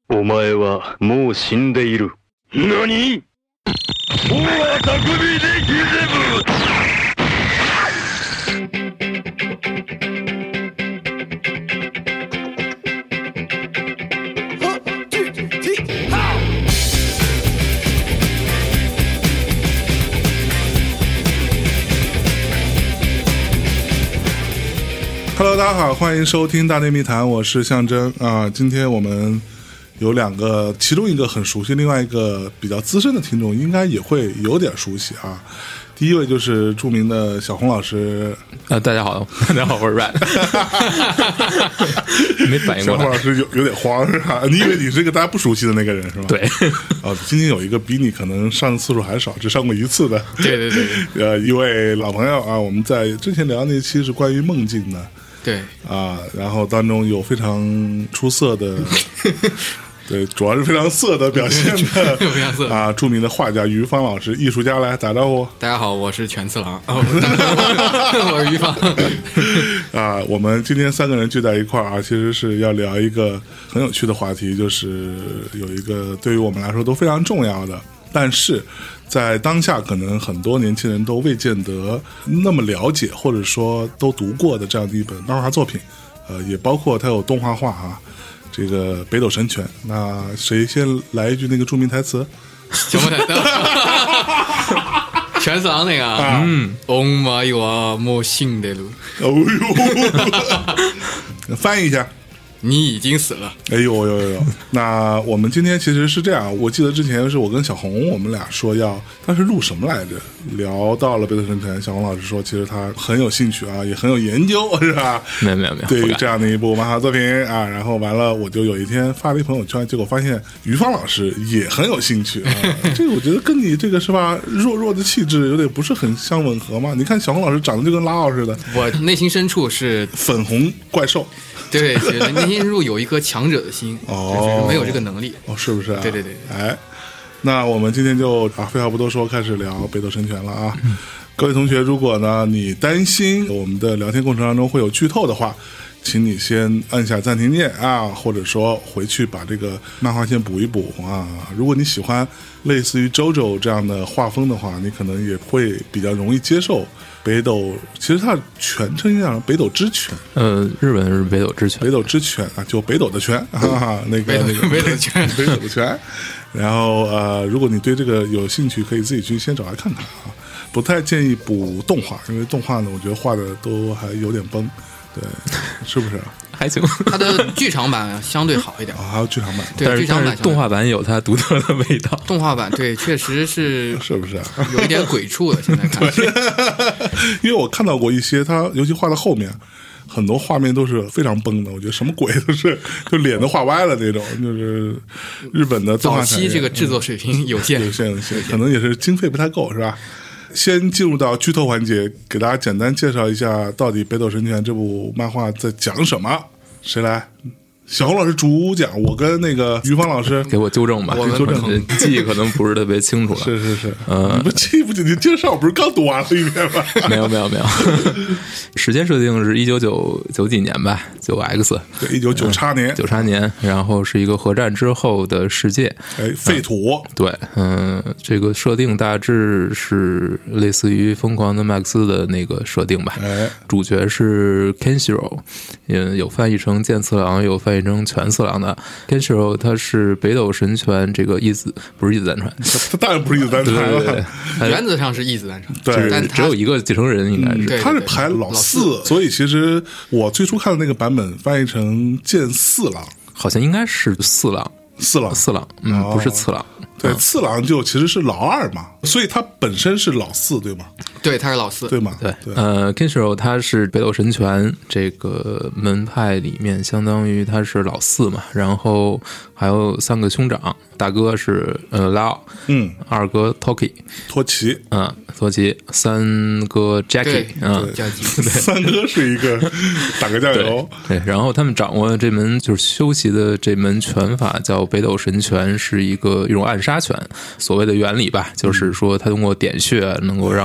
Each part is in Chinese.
お前はもう死んでいる。何？もうあたくびできぜぶ。 Hello， 大家好，欢迎收听大内密谈，我是象征啊。今天我们有两个，其中一个很熟悉，另外一个比较资深的听众应该也会有点熟悉啊。第一位就是著名的小洪老师。 大家好，大家好，我是 Red。没反应过来。 小洪老师有点慌是吧？你以为你是个大家不熟悉的那个人是吧？ 对。 今天有一个比你可能上的次数还少，只上过一次的。 对。 一位老朋友啊，我们在之前聊那期是关于梦境的。 对啊，然后当中有非常出色的，对，主要是非常色的表现的， 非常色啊，著名的画家于芳老师，艺术家来打招呼。 大家好，我是犬次郎，我是于芳。 啊，我们今天三个人聚在一块儿啊，其实是要聊一个很有趣的话题，就是有一个对于我们来说都非常重要的，但是在当下可能很多年轻人都未见得那么了解，或者说都读过的这样的一本漫画作品，也包括它有动画化啊，这个北斗神拳。那谁先来一句那个著名台词？ 什么台词？犬次郎那个啊，お前はもう死んでる。 哦呦，翻译一下。 你已经死了。 哎呦！那我们今天其实是这样，我记得之前是我跟小红我们俩说要，他是录什么来着？聊到了北斗神拳，小红老师说其实他很有兴趣啊，也很有研究，是吧？ 没有。 对于这样的一部漫画作品啊，然后完了我就有一天发了一朋友圈，结果发现于芳老师也很有兴趣啊。这个我觉得跟你这个是吧，弱的气质有点不是很相吻合嘛。你看小红老师长得就跟拉奥似的， 我内心深处是粉红怪兽。 对，内心深处有一颗强者的心，就是没有这个能力。 是不是啊？ 对。 哎，那我们今天就废话不多说，开始聊北斗神拳了啊！各位同学，如果呢你担心我们的聊天过程当中会有剧透的话，请你先按下暂停键啊，或者说回去把这个漫画先补一补啊。如果你喜欢类似于 JoJo 这样的画风的话，你可能也会比较容易接受北斗。其实它全称应该叫北斗之拳， 日文是北斗之拳， 北斗之拳啊，就北斗的拳啊，那个北斗的拳， 北斗的拳。然后如果你对这个有兴趣，可以自己去先找来看看啊。不太建议补动画，因为动画呢，我觉得画的都还有点崩。对，是不是？ 还行。 它的剧场版相对好一点还有剧场版， 对，剧场版动画版有它独特的味道。 动画版对，确实是不是有一点鬼畜的？现在看， 因为我看到过一些，它尤其画到后面，很多画面都是非常崩的。我觉得什么鬼都是，就脸都画歪了那种，就是日本的动画早期这个制作水平有限， 可能也是经费不太够，是吧？先进入到剧透环节，给大家简单介绍一下到底《北斗神拳》这部漫画在讲什么。谁来？小红老师主讲，我跟那个于芳老师给我纠正吧， 纠正， 记忆可能不是特别清楚了。 是，你不记不记？你介绍不是刚读完了一遍吗？ 没有。时间设定是1999几年吧，9X， 对，1998年 ，98年，然后是一个核战之后的世界， 废土。 对，这个设定大致是类似于疯狂的麦克斯的那个设定吧。主角是 Kenshiro， 有翻译成剑次郎，有翻译成拳次郎的。Kenshiro 他是北斗神拳这个不是一子单传， 他当然不是一子单传了， 对， 原则上是一子单传， 对， 但只有一个继承人应该是， 他是排老四，所以其实我最初看的那个版本翻译成剑四郎， 好像应该是四郎，不是次郎。 对，次郎就其实是老二嘛，所以他本身是老四，对吗？ 对，他是老四， 对吗？ 对。Kenshiro 他是北斗神拳这个门派里面，相当于他是老四嘛，然后还有3个兄长，大哥是拉奥，二哥托奇，三哥 Jackie， 三哥是一个打个酱油， 对，然后他们掌握这门就是修习的这门拳法叫北斗神拳，是一种暗杀拳，所谓的原理吧，就是说他通过点穴能够让人体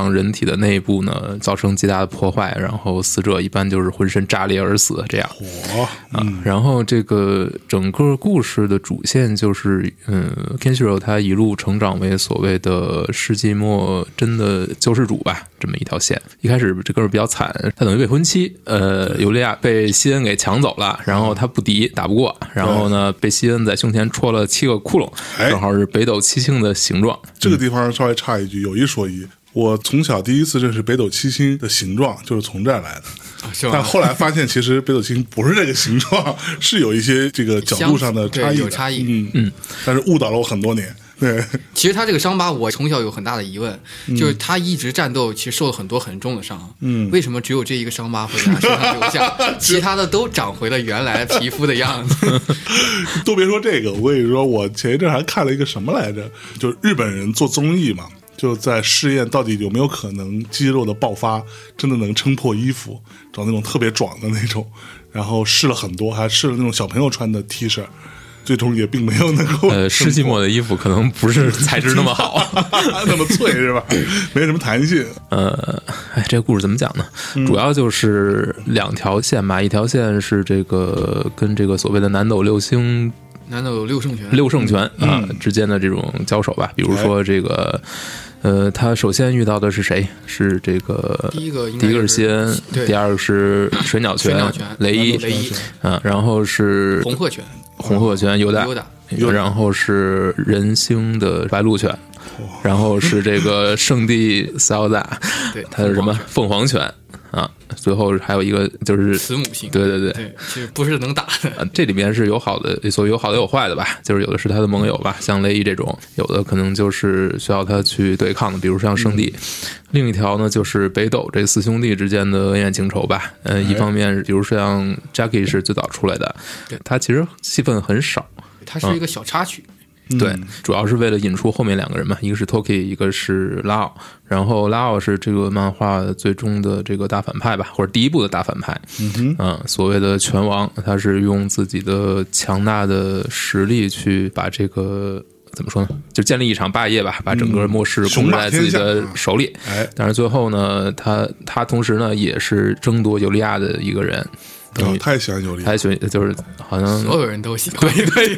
体的内部呢造成极大的破坏，然后死者一般就是浑身炸裂而死这样。然后这个整个故事的主线就是Kenshiro 他一路成长为所谓的世纪末真的救世主吧，这么一条线。一开始这哥们比较惨，他等于未婚妻尤利亚被西恩给抢走了，然后他不敌打不过，然后呢被西恩在胸前戳了7个窟窿，正好是北斗七星的形状。 这个地方稍微插一句，有一说一，我从小第一次认识北斗七星的形状就是从这儿来的。但后来发现其实北斗七星不是这个形状，是有一些这个角度上的差异的， 有差异。 但是误导了我很多年。对， 其实他这个伤疤我从小有很大的疑问，就是他一直战斗其实受了很多很重的伤，为什么只有这一个伤疤会在他身上留下，其他的都长回了原来皮肤的样子。 都别说这个，我跟你说，我前一阵还看了一个什么来着，就是日本人做综艺嘛，就在试验到底有没有可能肌肉的爆发真的能撑破衣服，找那种特别壮的那种，然后试了很多，还试了那种小朋友穿的 T 恤，最终也并没有能够世纪末的衣服可能不是材质那么好那么脆是吧，没什么弹性。 这个故事怎么讲呢？主要就是2条线吧，一条线是这个跟这个所谓的南斗六星南斗六圣拳之间的这种交手吧。比如说这个他首先遇到的是谁？是这个第一个是西恩，第二个是水鸟拳雷伊然后是红鹤拳尤达，然后是人星的白鹿拳，然后是这个圣地萨奥达， 对， 他是什么凤凰拳最后还有一个就是慈母星， 对， 其实不是能打的。 这里面是有好的，所谓有好的有坏的吧，就是有的是他的盟友吧，像雷伊这种，有的可能就是需要他去对抗的，比如像圣地。另一条呢，就是北斗这4兄弟之间的恩怨情仇吧。一方面，比如像 Jackie 是最早出来的，他其实戏份很少， 他是一个小插曲。 对，主要是为了引出后面2个人嘛，一个是 Toki， 一个是拉奥。然后拉奥是这个漫画最终的这个大反派吧，或者第一部的大反派。所谓的拳王，他是用自己的强大的实力去把这个怎么说呢，就建立一场霸业吧，把整个末世控制在自己的手里。但是最后呢，他同时呢也是争夺尤利亚的一个人。 太喜欢尤利亚， 太喜欢，就是好像所有人都喜欢，对，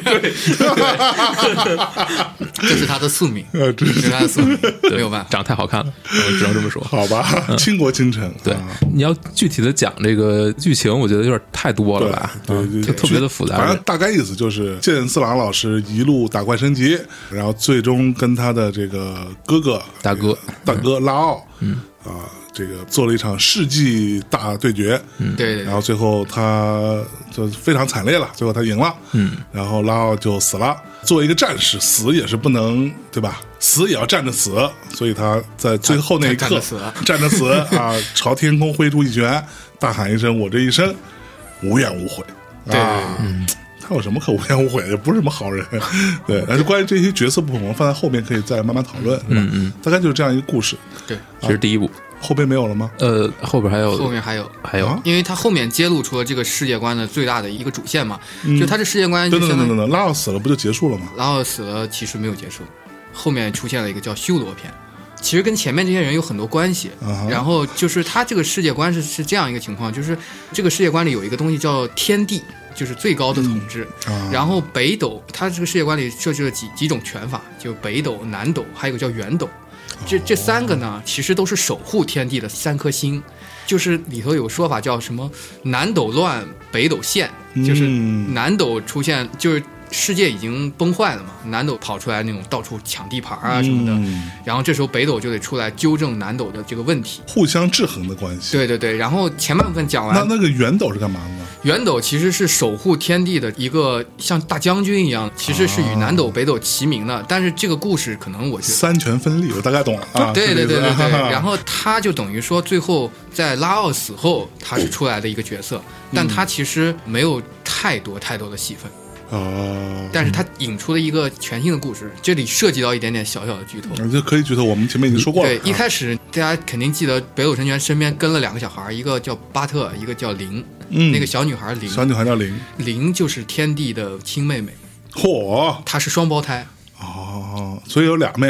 这是他的宿命，这是他的宿命，没有办法， 长太好看了，我只能这么说。 好吧，倾国倾城。 对，你要具体的讲这个剧情，我觉得有点太多了吧， 对， 就特别的复杂。 反正大概意思就是剑四郎老师一路打怪升级，然后最终跟他的这个大哥拉奥，这个做了一场世纪大对决， 对， 然后最后他就非常惨烈了，最后他赢了，然后拉奥就死了。作为一个战士，死也是不能，对吧？死也要站着死，所以他在最后那一刻站着死朝天空挥出一拳，大喊一声：“我这一生无怨无悔。” 对， 他有什么可无怨无悔的？也不是什么好人。对，但是关于这些角色不同，我们放在后面可以再慢慢讨论。大概就是这样一个故事。 对， 这是第一部。 后边没有了吗？ 后边还有， 后面还有，因为他后面揭露出了这个世界观的最大的一个主线嘛，就他这世界观。 等，拉奥死了不就结束了吗？ 拉奥死了其实没有结束，后面出现了一个叫修罗篇，其实跟前面这些人有很多关系。然后就是他这个世界观是这样一个情况，就是这个世界观里有一个东西叫天地，就是最高的统治。然后北斗，他这个世界观里设置了几种拳法，就北斗、南斗，还有一个叫圆斗。这3个呢，其实都是守护天地的3颗星，就是里头有说法叫什么南斗乱，北斗现，就是南斗出现，就是世界已经崩坏了嘛，南斗跑出来那种到处抢地盘啊什么的，然后这时候北斗就得出来纠正南斗的这个问题， 互相制衡的关系。 对，然后前半部分讲完， 那个圆斗是干嘛的呢？ 圆斗其实是守护天地的一个像大将军一样，其实是与南斗北斗齐名的，但是这个故事可能我觉得三权分立，我大概懂了啊。 对，然后他就等于说最后在拉奥死后他是出来的一个角色，但他其实没有太多的戏份。但是他引出了一个全新的故事，这里涉及到一点点小小的剧透， 这可以剧透，我们前面已经说过了。 对，一开始大家肯定记得北斗神拳身边跟了2个小孩，一个叫巴特，一个叫灵。那个小女孩灵， 小女孩叫灵， 灵就是天帝的亲妹妹。 嚯， 她是双胞胎。 所以有2妹妹。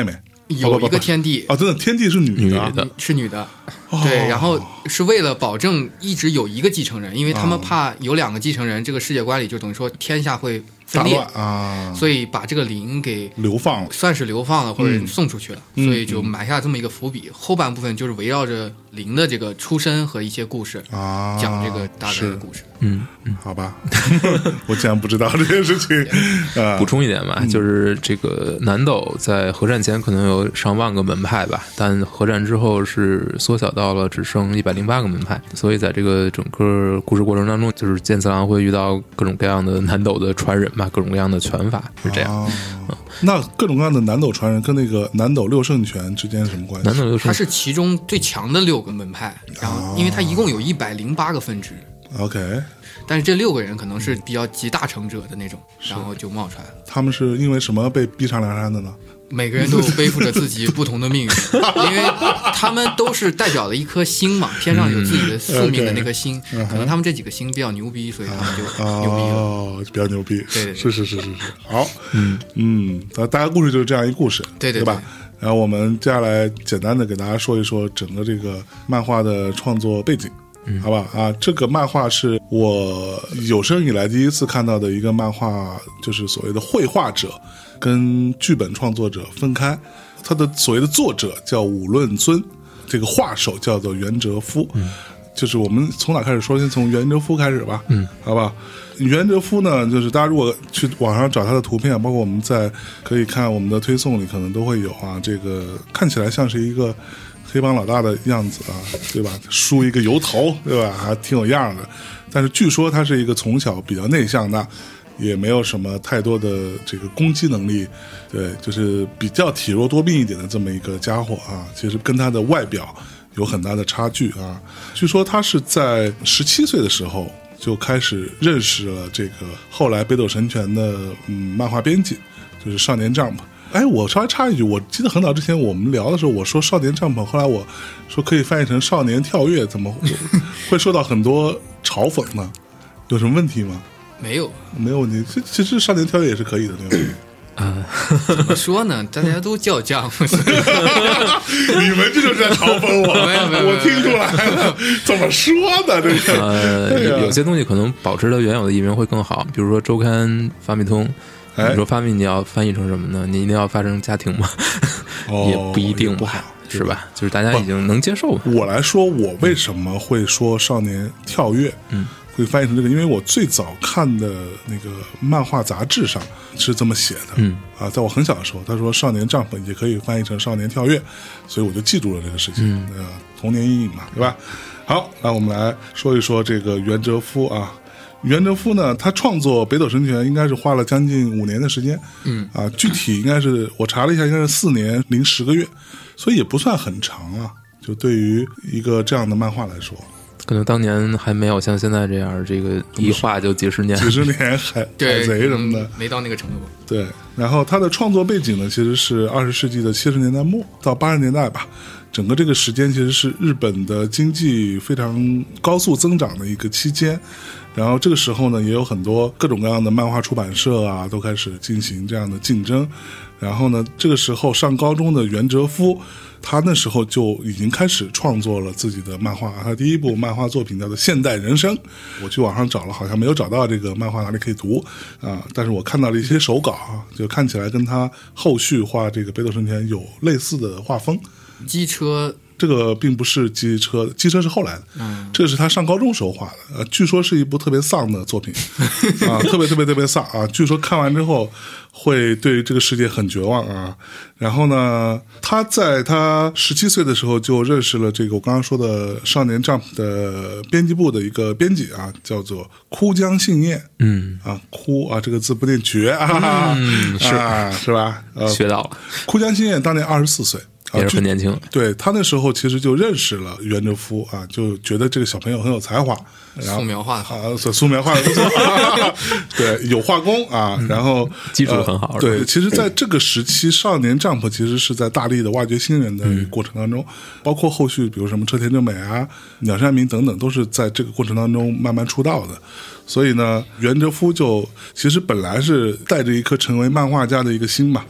有一个天帝啊，真的天帝是女的， 是女的，对，然后是为了保证一直有一个继承人，因为他们怕有2个继承人，这个世界观里就等于说天下会分裂啊， 所以把这个灵给流放了， 算是流放了或者送出去了，所以就埋下这么一个伏笔。后半部分就是围绕着灵的这个出身和一些故事啊， 讲这个大概的故事。 好吧，我竟然不知道这件事情。 补充一点吧，就是这个南斗在核战前可能有上万个门派吧，但核战之后是缩小到了只剩108个门派，所以在这个整个故事过程当中，就是剑次郎会遇到各种各样的南斗的传人吧，各种各样的拳法是这样。 那各种各样的南斗传人跟那个南斗六圣拳之间什么关系？ 南斗六圣它是其中最强的6个门派，然后因为它一共有108个分支。 OK， 但是这6个人可能是比较集大成者的那种，然后就冒出来了。 他们是因为什么被逼上梁山的呢？ 每个人都背负着自己不同的命运，因为他们都是代表了一颗星嘛，天上有自己的宿命的那颗星，可能他们这几个星比较牛逼，所以他们就牛逼了， 比较牛逼。 对， 是，好，大概故事就是这样一故事， 对吧？然后我们接下来简单的给大家说一说整个这个漫画的创作背景。好吧啊，这个漫画是我有生以来第一次看到的一个漫画，就是所谓的绘画者跟剧本创作者分开。他的所谓的作者叫武论尊，这个画手叫做袁哲夫。就是我们从哪开始说？先从袁哲夫开始吧。好吧。袁哲夫呢，就是大家如果去网上找他的图片，包括我们在可以看我们的推送里可能都会有啊。这个看起来像是一个黑帮老大的样子啊，对吧？梳一个油头，对吧？还挺有样的。但是据说他是一个从小比较内向的，也没有什么太多的这个攻击能力，对，就是比较体弱多病一点的这么一个家伙啊。其实跟他的外表有很大的差距啊。据说他是在17岁的时候就开始认识了这个后来北斗神拳的漫画编辑，就是少年 Jump。哎，我稍微插一句，我记得很早之前我们聊的时候，我说少年 Jump， 后来我说可以翻译成少年跳跃，怎么会受到很多嘲讽呢？有什么问题吗？ 没有问题。其实少年跳跃也是可以的，对吧？ 怎么说呢？大家都叫Jump， 你们这就是在嘲讽我， 没有， 我听出来了。怎么说呢？这个有些东西可能保持它原有的译名会更好，比如说周刊发米通。你说发明你要翻译成什么呢？你一定要发成家庭吗？也不一定吧，是吧？就是大家已经能接受了。 我来说，我为什么会说少年跳跃？会翻译成这个，因为我最早看的那个漫画杂志上是这么写的。在我很小的时候，他说少年 Jump 也可以翻译成少年跳跃，所以我就记住了这个事情。童年阴影嘛，对吧？好，那我们来说一说这个袁哲夫啊。袁哲夫呢，他创作北斗神拳应该是花了将近5年的时间，具体应该是我查了一下，应该是4年零10个月，所以也不算很长啊。就对于一个这样的漫画来说， 可能当年还没有像现在这样，这个一画就几十年海贼什么的， 没到那个程度。 对，然后他的创作背景呢，其实是20世纪的70年代末到80年代吧。整个这个时间其实是日本的经济非常高速增长的一个期间，然后这个时候呢，也有很多各种各样的漫画出版社啊，都开始进行这样的竞争。然后呢，这个时候上高中的袁哲夫，他那时候就已经开始创作了自己的漫画。他第一部漫画作品叫做《现代人生》，我去网上找了，好像没有找到这个漫画哪里可以读啊。但是我看到了一些手稿啊，就看起来跟他后续画这个北斗神拳有类似的画风。 机车这个并不是机车是后来的，这个是他上高中时候画的，据说是一部特别丧的作品啊，特别丧啊，据说看完之后会对这个世界很绝望啊。然后呢，他在他17岁的时候就认识了这个我刚刚说的少年 Jump 的编辑部的一个编辑啊，叫做枯江信彦。枯啊这个字不念绝啊，是吧？ 学到了。 枯江信彦当年24岁。 也是很年轻， 对，他那时候其实就认识了袁哲夫啊，就觉得这个小朋友很有才华， 素描画的好， 素描画的不错，对，有画工啊，然后基础很好。 对，其实在这个时期，少年 Jump 其实是在大力的挖掘新人的过程当中，包括后续比如什么车田正美啊、鸟山明等等，都是在这个过程当中慢慢出道的。所以呢，袁哲夫就其实本来是带着一颗成为漫画家的一个心嘛。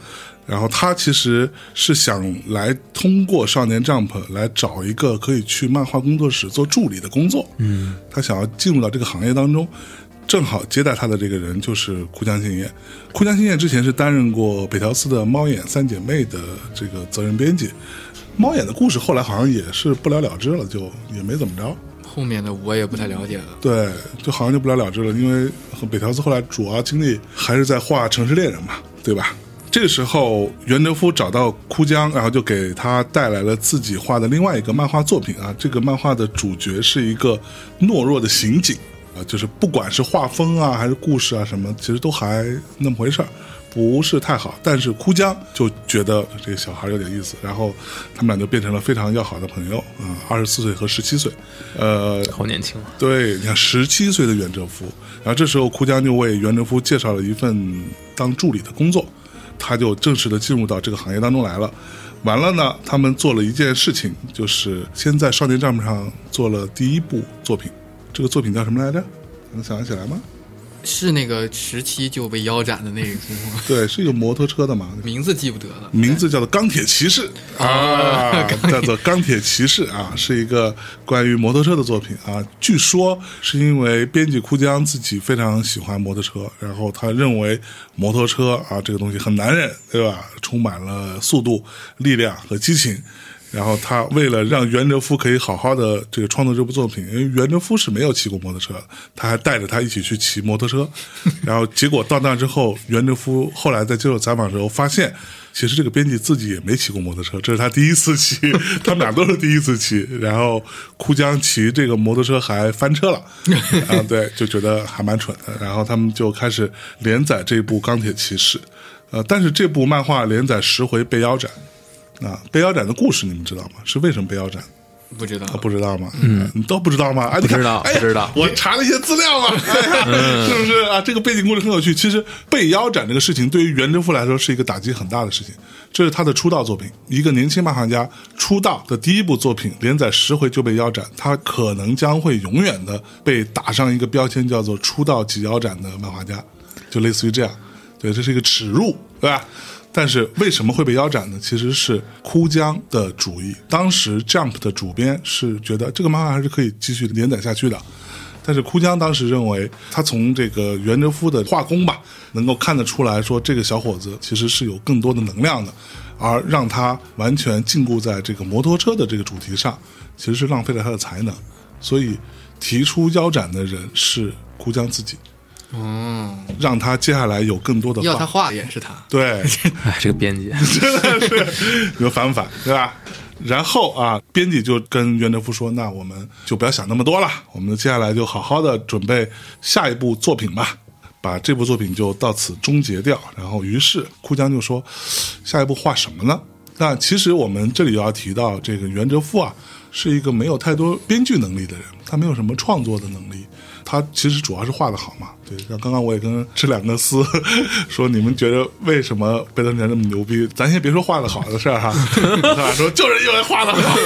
然后他其实是想来通过少年 Jump 来找一个可以去漫画工作室做助理的工作，他想要进入到这个行业当中，正好接待他的这个人就是哭江信彦。哭江信彦之前是担任过北条司的猫眼三姐妹的这个责任编辑，猫眼的故事后来好像也是不了了之了，就也没怎么着， 后面的我也不太了解了。 对，就好像就不了了之了，因为北条司后来主要精力还是在画城市猎人嘛，对吧？这个时候袁哲夫找到哭江，然后就给他带来了自己画的另外一个漫画作品啊。这个漫画的主角是一个懦弱的刑警啊，就是不管是画风啊还是故事啊什么，其实都还那么回事儿，不是太好。但是哭江就觉得这个小孩有点意思，然后他们俩就变成了非常要好的朋友啊。24岁和17岁， 好年轻啊！ 对，你看17岁的袁哲夫，然后这时候哭江就为袁哲夫介绍了一份当助理的工作。他就正式的进入到这个行业当中来了。完了呢，他们做了一件事情，就是先在少年 Jump 上做了第一部作品。这个作品叫什么来着？能想得起来吗？ 是那个17就被腰斩的那个情况。 对，是一个摩托车的嘛， 名字记不得了， 名字叫做钢铁骑士啊，叫做钢铁骑士啊，是一个关于摩托车的作品啊。据说是因为编辑哭江自己非常喜欢摩托车，然后他认为摩托车啊这个东西很男人，对吧？充满了速度、力量和激情。然后他为了让袁哲夫可以好好的这个创作这部作品，因为袁哲夫是没有骑过摩托车的，他还带着他一起去骑摩托车，然后结果到那之后，袁哲夫后来在接受采访的时候发现，其实这个编辑自己也没骑过摩托车，这是他第一次骑，他们俩都是第一次骑，然后哭江骑这个摩托车还翻车了，啊，对，就觉得还蛮蠢的，然后他们就开始连载这部钢铁骑士，但是这部漫画连载10回被腰斩。啊，被腰斩的故事你们知道吗？是为什么被腰斩？ 不知道， 不知道吗？你都不知道吗？哎， 不知道， 不知道。 我查了一些资料嘛，是不是啊？这个背景故事很有趣。其实被腰斩这个事情对于袁哲夫来说是一个打击很大的事情。这是他的出道作品，一个年轻漫画家出道的第一部作品，连载10回就被腰斩，他可能将会永远的被打上一个标签，叫做出道即腰斩的漫画家，就类似于这样。对，这是一个耻辱，对吧？但是为什么会被腰斩呢？其实是哭江的主意。当时 Jump 的主编是觉得这个漫画还是可以继续连载下去的，但是哭江当时认为他从这个袁哲夫的画工吧，能够看得出来说这个小伙子其实是有更多的能量的，而让他完全禁锢在这个摩托车的这个主题上，其实是浪费了他的才能。所以提出腰斩的人是哭江自己。让他接下来有更多的要他画也是他。 对， 哎，这个编辑真的是有反反，对吧？然后啊，编辑就跟袁哲夫说：“那我们就不要想那么多了，我们接下来就好好的准备下一部作品吧，把这部作品就到此终结掉。”然后，于是哭江就说：“下一步画什么呢？”那其实我们这里要提到，这个袁哲夫啊，是一个没有太多编剧能力的人，他没有什么创作的能力。他其实主要是画的好嘛，对。像刚刚我也跟这两个丝说，你们觉得为什么贝德年那么牛逼？咱先别说画的好的事儿哈，说就是因为画的好。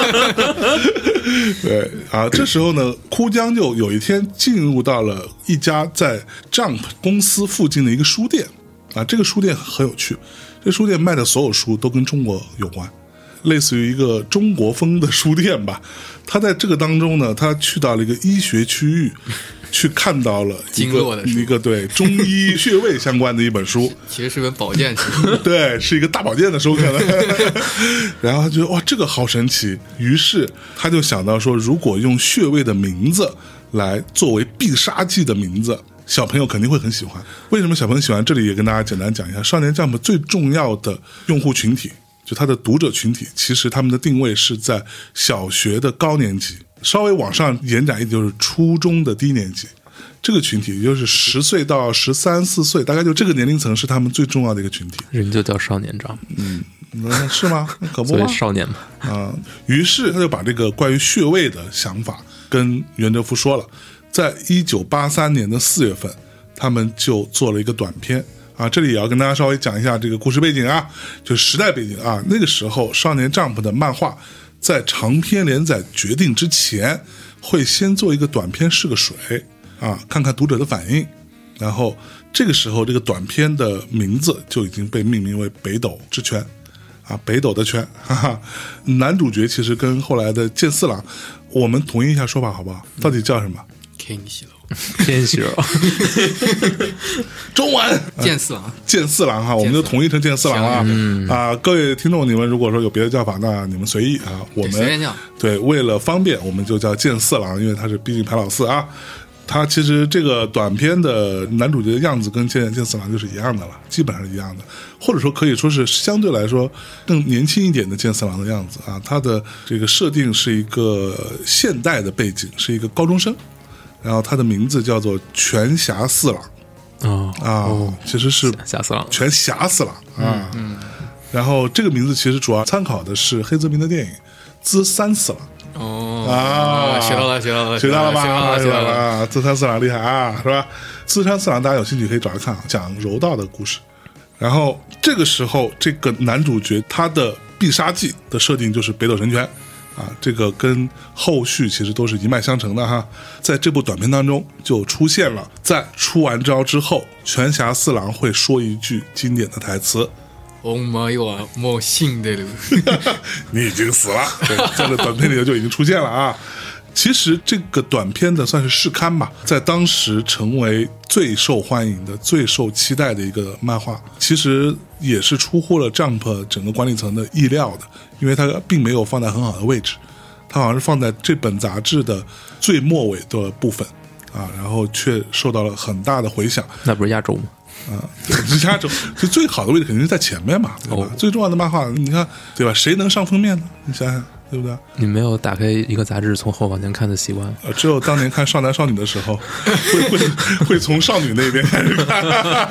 对啊，这时候呢，哭江就有一天进入到了一家在 Jump 公司附近的一个书店啊，这个书店很有趣，这书店卖的所有书都跟中国有关。类似于一个中国风的书店吧，他在这个当中呢，他去到了一个医学区域，去看到了一个对中医穴位相关的一本书， 其实是本保健书， 对，是一个大保健的书可能。然后他觉得哇，这个好神奇，于是他就想到说，如果用穴位的名字来作为必杀技的名字，小朋友肯定会很喜欢。为什么小朋友喜欢？这里也跟大家简单讲一下，少年 Jump 最重要的用户群体。就他的读者群体，其实他们的定位是在小学的高年级，稍微往上延展一点就是初中的低年级。这个群体也就是10岁到13、14岁，大概就这个年龄层是他们最重要的一个群体。 人就叫少年Jump， 是吗？可不吗？ 所以少年嘛。 于是他就把这个关于穴位的想法跟袁哲夫说了。在1983年的4月份，他们就做了一个短片。这里也要跟大家稍微讲一下这个故事背景啊，就是时代背景啊。那个时候少年 Jump 的漫画在长篇连载决定之前，会先做一个短片试个水啊，看看读者的反应然后这个时候这个短片的名字就已经被命名为北斗之拳啊，北斗的拳，哈哈。男主角其实跟后来的剑四郎，我们统一一下说法好不好？到底叫什么？ 天喜楼， 天喜楼， 中文剑四郎， 剑四郎哈，我们就统一成剑四郎了啊。各位听众，你们如果说有别的叫法，那你们随意啊。我们随便叫， 对，为了方便，我们就叫剑四郎，因为他是毕竟排老四啊。他其实这个短片的男主角的样子跟剑四郎就是一样的了，基本上是一样的，或者说可以说是相对来说更年轻一点的剑四郎的样子啊。他的这个设定是一个现代的背景，是一个高中生，然后他的名字叫做拳侠四郎其实是侠四郎， 拳侠四郎啊。然后这个名字其实主要参考的是黑泽明的电影《资三四郎》。 学到了吧？ 学到了啊！资三四郎厉害啊，是吧？资三四郎大家有兴趣可以找来看啊，讲柔道的故事。然后这个时候，这个男主角他的必杀技的设定就是北斗神拳啊，这个跟后续其实都是一脉相承的哈。在这部短片当中就出现了，在出完招之后，拳侠四郎会说一句经典的台词。 お前はもう死んでる你已经死了，对，在这短片里头就已经出现了啊。其实这个短片的算是试刊吧，在当时成为最受欢迎的、最受期待的一个漫画，其实也是出乎了 Jump 整个管理层的意料的，因为它并没有放在很好的位置，它好像是放在这本杂志的最末尾的部分啊，然后却受到了很大的回响。 那不是压轴吗？ 压轴就最好的位置肯定是在前面嘛，对吧？最重要的漫画，你看对吧？谁能上封面呢？你想想，对不对？ 你没有打开一个杂志从后往前看的习惯？ 只有当年看少男少女的时候，会从少女那边开始看。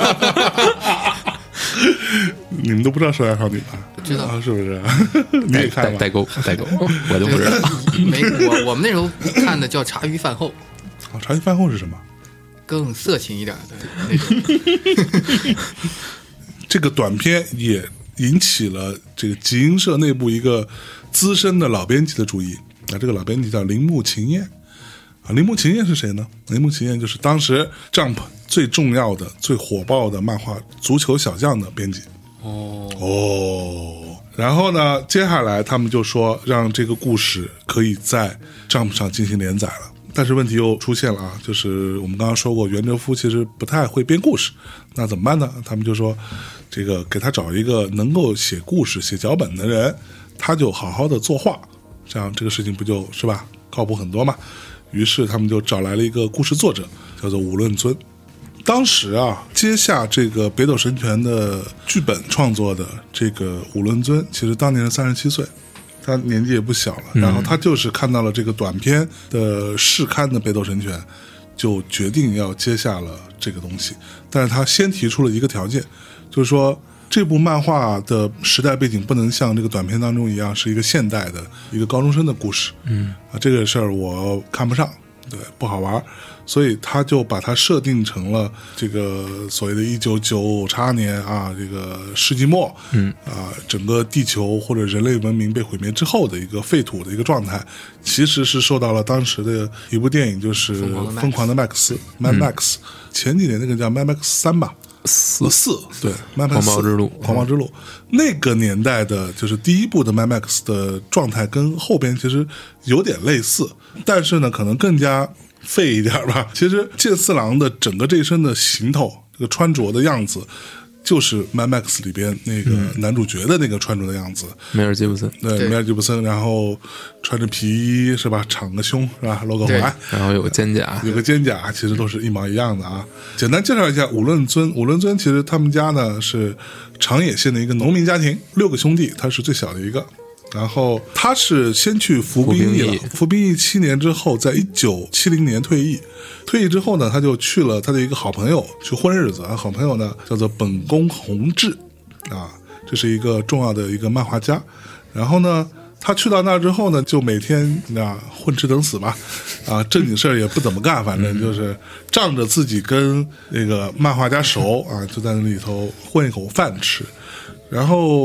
你们都不知道少男少女吧？ 知道是不是？你也看吧？ 代沟，我就不知道。 我们那时候看的叫茶余饭后。 茶余饭后是什么？ 更色情一点的那种。 这个短片也引起了这个集英社内部一个资深的老编辑的注意。这个老编辑叫铃木晴彦啊。铃木晴彦是谁呢？铃木晴彦就是当时 Jump 最重要的、最火爆的漫画《足球小将》的编辑。然后呢，接下来他们就说让这个故事可以在 Jump 上进行连载了。但是问题又出现了啊，就是我们刚刚说过，袁哲夫其实不太会编故事，那怎么办呢？他们就说，这个给他找一个能够写故事、写脚本的人，他就好好的作画，这样这个事情不就是吧，靠谱很多嘛。于是他们就找来了一个故事作者，叫做武论尊。当时啊，接下这个北斗神拳的剧本创作的这个武论尊，其实当年是37岁。他年纪也不小了，然后他就是看到了这个短片的试刊的北斗神拳，就决定要接下了这个东西。但是他先提出了一个条件，就是说这部漫画的时代背景不能像这个短片当中一样是一个现代的一个高中生的故事。这个事儿我看不上，对，不好玩。所以他就把它设定成了这个所谓的1998年啊，这个世纪末，整个地球或者人类文明被毁灭之后的一个废土的一个状态，其实是受到了当时的一部电影，就是《疯狂的麦克斯》Mad Max，前几年那个叫 Mad Max 3吧，4对 Mad Max 狂暴之路，那个年代的就是第一部的 Mad Max 的状态跟后边其实有点类似，但是呢可能更加废一点吧。其实剑四郎的整个这一身的行头，这个穿着的样子，就是《Mad Max》里边那个男主角的那个穿着的样子。 梅尔吉布森， 对，梅尔吉布森，然后穿着皮衣是吧，敞个胸是吧，露个怀， 然后有个肩甲， 其实都是一毛一样的啊。简单介绍一下武论尊。武论尊其实他们家呢是长野县的一个农民家庭，6个兄弟，他是最小的一个。然后他是先去服兵役了，服兵役7年之后，在1970年退役。退役之后呢，他就去了他的一个好朋友去混日子啊。好朋友呢叫做本宫弘志啊，这是一个重要的一个漫画家。然后呢，他去到那之后呢，就每天混吃等死吧，啊，正经事儿也不怎么干，反正就是仗着自己跟那个漫画家熟啊，就在那里头混一口饭吃。然后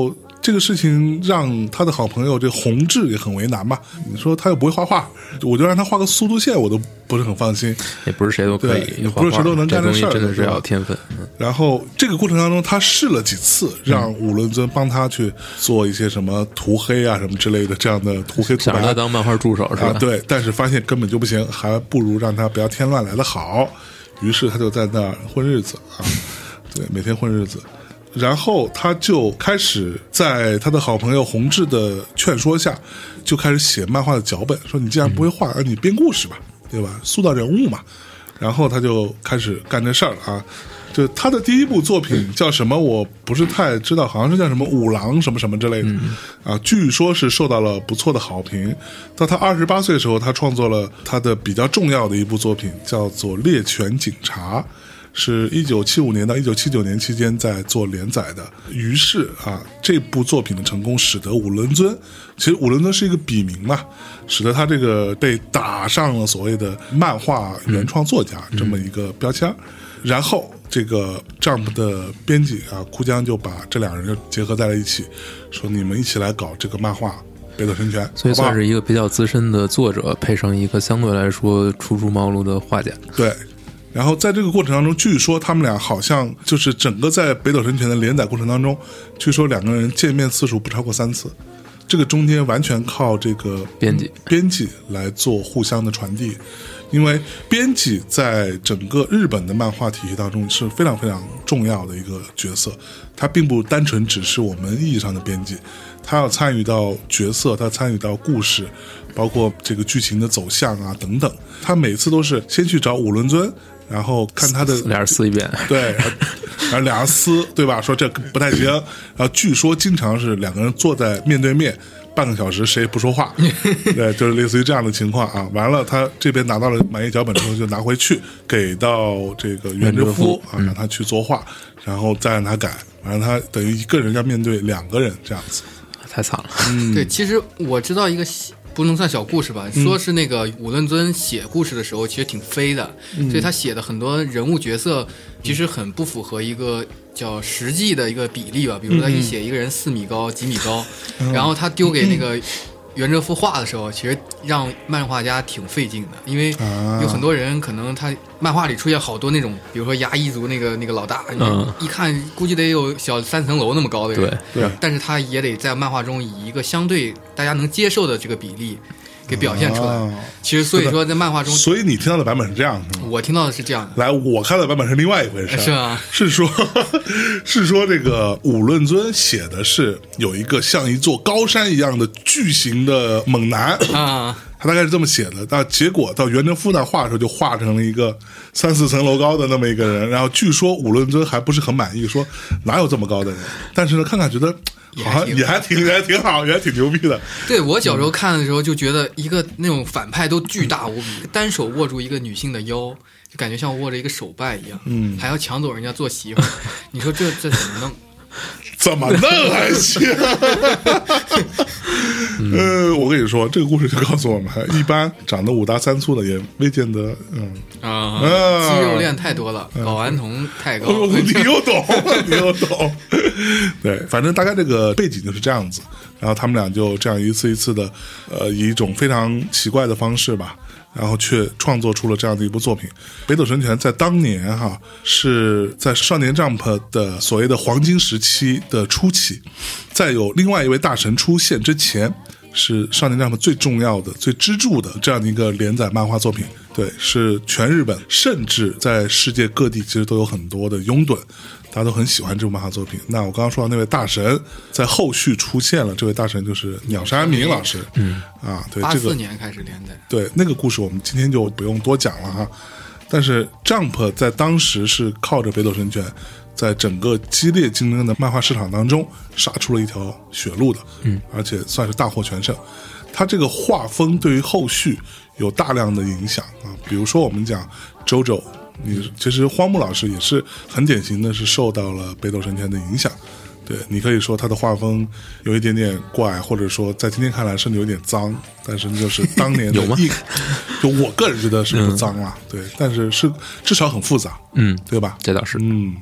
这个事情让他的好朋友这弘志也很为难嘛。你说他又不会画画，我就让他画个速度线，我都不是很放心。 也不是谁都可以画画， 不是谁都能干这事儿， 真的是要天分。 然后这个过程当中，他试了几次让武伦尊帮他去做一些什么涂黑啊什么之类的这样的涂黑涂白， 想让他当漫画助手是吧？ 对，但是发现根本就不行，还不如让他不要添乱来的好。于是他就在那儿混日子啊，对，每天混日子。然后他就开始在他的好朋友弘志的劝说下，就开始写漫画的脚本，说你既然不会画，你编故事吧，对吧？塑造人物嘛。然后他就开始干这事儿了啊。就他的第一部作品叫什么我不是太知道，好像是叫什么五郎什么什么之类的啊，据说是受到了不错的好评。到他28岁的时候，他创作了他的比较重要的一部作品，叫做《猎犬警察》，是1975年到1979年期间在做连载的。于是啊，这部作品的成功使得武伦尊，其实武伦尊是一个笔名嘛，使得他这个被打上了所谓的漫画原创作家这么一个标签。然后这个 Jump 的编辑啊，哭江就把这两人就结合在了一起，说你们一起来搞这个漫画《北斗神拳》， 所以算是一个比较资深的作者配上一个相对来说初出茅庐的画家。 对，然后在这个过程当中，据说他们俩好像就是整个在《北斗神拳》的连载过程当中，据说两个人见面次数不超过3次，这个中间完全靠这个编辑来做互相的传递。因为编辑在整个日本的漫画体系当中是非常非常重要的一个角色，他并不单纯只是我们意义上的编辑，他要参与到角色，他参与到故事，包括这个剧情的走向啊等等。他每次都是先去找武伦尊，然后看他的俩人撕一遍， 对，然后俩人撕，对吧？说这不太行，然后据说经常是两个人坐在面对面。半个小时谁也不说话，对，就是类似于这样的情况啊。完了，他这边拿到了满意脚本之后，就拿回去给到这个袁哲夫啊，让他去作画，然后再让他改，完了他等于一个人要面对2个人这样子， 太惨了。 对，其实我知道一个不能算小故事吧，说是那个武伦尊写故事的时候其实挺飞的，所以他写的很多人物角色其实很不符合一个叫实际的一个比例吧。比如他一写一个人4米高几米高，然后他丢给那个袁哲夫画的时候，其实让漫画家挺费劲的，因为有很多人可能他漫画里出现好多那种，比如说牙医族那个老大，一看估计得有小3层楼那么高的人， 对， 但是他也得在漫画中以一个相对大家能接受的这个比例给表现出来。其实所以说在漫画中， 所以你听到的版本是这样的吗？ 我听到的是这样的。 来，我看到的版本是另外一回事。 是吗？ 是说这个武伦尊写的是有一个像一座高山一样的巨型的猛男啊， 他大概是这么写的。但结果到袁哲夫那画的时候，就画成了一个3-4层楼高的那么一个人。然后据说武伦尊还不是很满意，说哪有这么高的人？但是呢，看看觉得。好像也还挺好，也还挺牛逼的。 对，我小时候看的时候就觉得一个那种反派都巨大无比，单手握住一个女性的腰，就感觉像握着一个手办一样，还要抢走人家做媳妇儿。你说这怎么弄？ 怎么弄还行？我跟你说，这个故事就告诉我们，一般长得5大3粗的也未见得， 肌肉链太多了，睾丸酮太高。 你又懂。对，反正大概这个背景就是这样子。然后他们俩就这样一次一次的，以一种非常奇怪的方式吧。然后却创作出了这样的一部作品。北斗神拳在当年是在少年 Jump 的所谓的黄金时期的初期，在有另外一位大神出现之前，是少年 Jump 最重要的最支柱的这样的一个连载漫画作品。对，是全日本甚至在世界各地其实都有很多的拥趸，大家都很喜欢这部漫画作品。那我刚刚说到那位大神在后续出现了，这位大神就是鸟山明老师。对 ，84年开始连载。 对，那个故事我们今天就不用多讲了但是 Jump 在当时是靠着北斗神拳在整个激烈竞争的漫画市场当中杀出了一条血路的，而且算是大获全胜。他这个画风对于后续有大量的影响比如说我们讲 JoJo， 其实荒木老师也是很典型的是受到了北斗神拳的影响。对，你可以说他的画风有一点点怪，或者说在今天看来甚至有点脏，但是就是当年的有吗？ 就我个人觉得是不脏啦，对，但是至少很复杂，对吧？ 这倒是。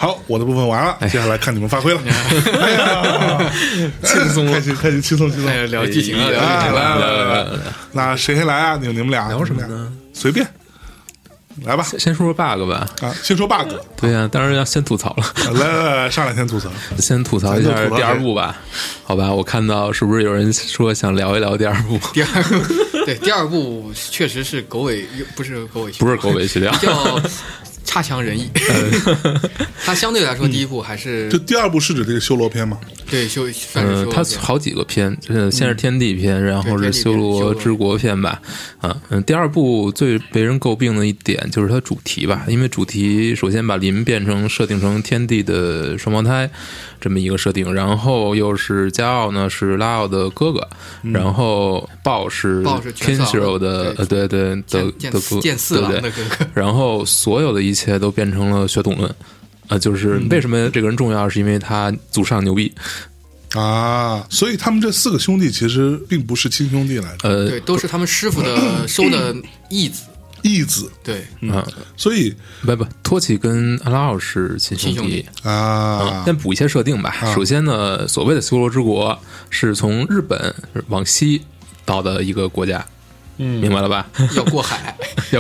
好，我的部分完了，接下来看你们发挥了。哎呀， 轻松， 开始轻松。 聊剧情了，聊剧情来，那谁先来啊？你们俩聊什么呢？ 随便。来吧， 先说说 bug 吧。 啊，先说 bug。 对呀，当然要先吐槽了。 来，上来先吐槽。 先吐槽一下第二部吧。好吧，我看到是不是有人说想聊一聊第二部？ 对，第二部确实是狗尾，不是狗尾续貂， 叫差强人意。它相对来说第一部还是就第二部是指这个修罗篇嘛？ 对，算是修罗它好几个篇，先是天地篇，然后是修罗之国篇吧。第二部最被人诟病的一点就是它主题吧，因为主题首先把林设定成天地的双胞胎这么一个设定，然后又是加奥呢是拉奥的哥哥，然后豹是 Kenshiro 的对剑四郎的哥哥， 然后所有的一切都变成了血统论。就是为什么这个人重要，是因为他祖上牛逼啊，所以他们这4个兄弟其实并不是亲兄弟来着， 对，都是他们师傅的收的义子，对， 所以不，托起跟阿拉奥是亲兄弟啊。 先补一些设定吧。首先呢，所谓的修罗之国是从日本往西到的一个国家。明白了吧？ 要过海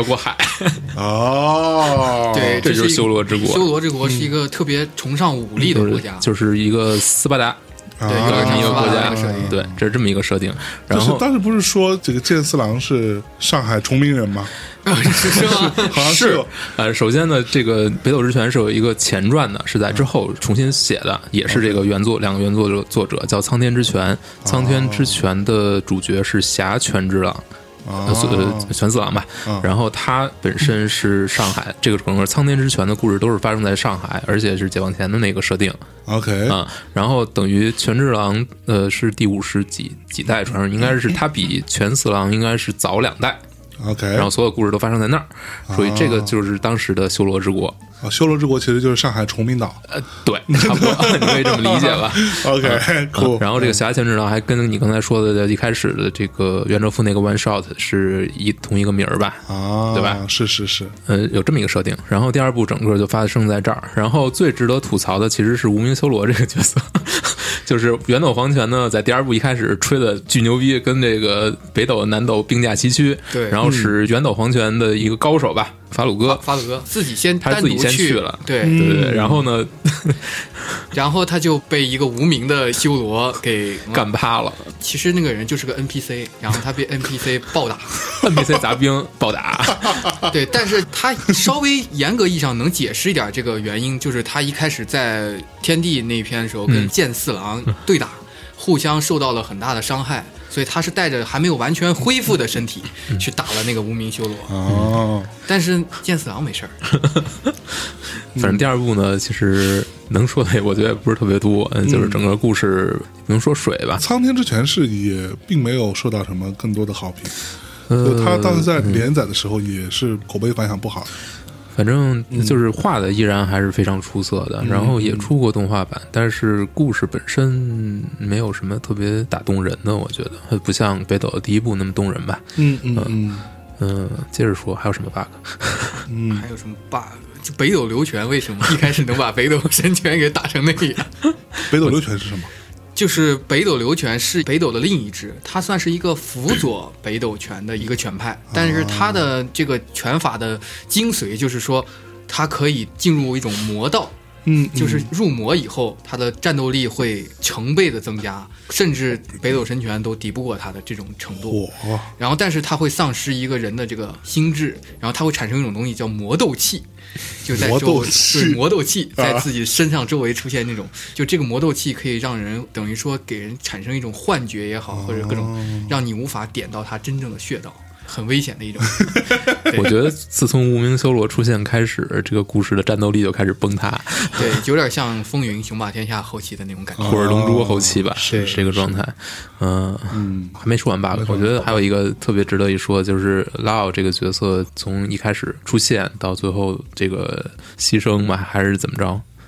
哦， 对， 这就是修罗之国。 修罗之国是一个特别崇尚武力的国家， 就是一个斯巴达， 对，有点像一个国家设定。 对，这是这么一个设定。然后当时不是说这个剑四郎是上海崇明人吗？ 是吗？ 好像是。 首先呢，这个北斗之拳是有一个前传的，是在之后重新写的，也是这个原作两个原作作者叫苍天之拳。苍天之拳的主角是侠拳之郎。拳四郎吧，然后他本身是上海，这个整个苍天之拳的故事都是发生在上海，而且是解放前的那个设定。 OK 然后等于拳之郎是第50几代传人，应该是他比拳四郎应该是早2代。 OK， 然后所有故事都发生在那儿，所以这个就是当时的修罗之国。 修罗之国其实就是上海崇明岛。 对，差不多，你可以这么理解吧。 OK， cool。 然后这个侠拳之郎还跟你刚才说的一开始的这个袁哲夫那个 One Shot 是同一个名儿吧？对吧？ 是。 有这么一个设定。然后第二部整个就发生在这儿。然后最值得吐槽的其实是无名修罗这个角色。就是元斗皇拳呢，在第二部一开始吹的巨牛逼，跟这个北斗南斗并驾齐驱。 对， 然后是元斗皇拳的一个高手吧，法鲁哥自己先去了。 对， 然后呢， 然后他就被一个无名的修罗给干趴了。 其实那个人就是个 NPC， 然后他被 NPC 暴打 ，NPC 杂兵暴打。 对，但是他稍微严格意义上能解释一点这个原因，就是他一开始在天地那一篇的时候跟剑四郎对打，互相受到了很大的伤害。所以他是带着还没有完全恢复的身体去打了那个无名修罗。但是剑四郎没事儿。 反正第二部呢，其实能说的我觉得也不是特别多，就是整个故事不能说水吧。 苍天之拳是也并没有受到什么更多的好评，他当时在连载的时候也是口碑反响不好。 反正就是画的依然还是非常出色的，然后也出过动画版，但是故事本身没有什么特别打动人的，我觉得不像北斗的第一部那么动人吧。接着说还有什么 bug？ 还有什么 bug？ 就北斗流拳为什么一开始能把北斗神拳给打成那样？ 北斗流拳是什么？ 就是北斗流拳是北斗的另一支，它算是一个辅佐北斗拳的一个拳派，但是它的这个拳法的精髓就是说，它可以进入一种魔道。就是入魔以后，他的战斗力会成倍的增加，甚至北斗神拳都敌不过他的这种程度。然后，但是他会丧失一个人的这个心智，然后他会产生一种东西叫魔斗气，就在魔斗气在自己身上周围出现那种，就这个魔斗气可以让人等于说给人产生一种幻觉也好，或者各种让你无法点到他真正的穴道。很危险的一种。 我觉得自从无名修罗出现开始，这个故事的战斗力就开始崩塌。 对，有点像风云雄霸天下后期的那种感觉， 或者龙珠后期吧，是这个状态。还没说完 bug， 我觉得还有一个特别值得一说，就是拉奥这个角色从一开始出现到最后这个牺牲嘛，还是怎么着？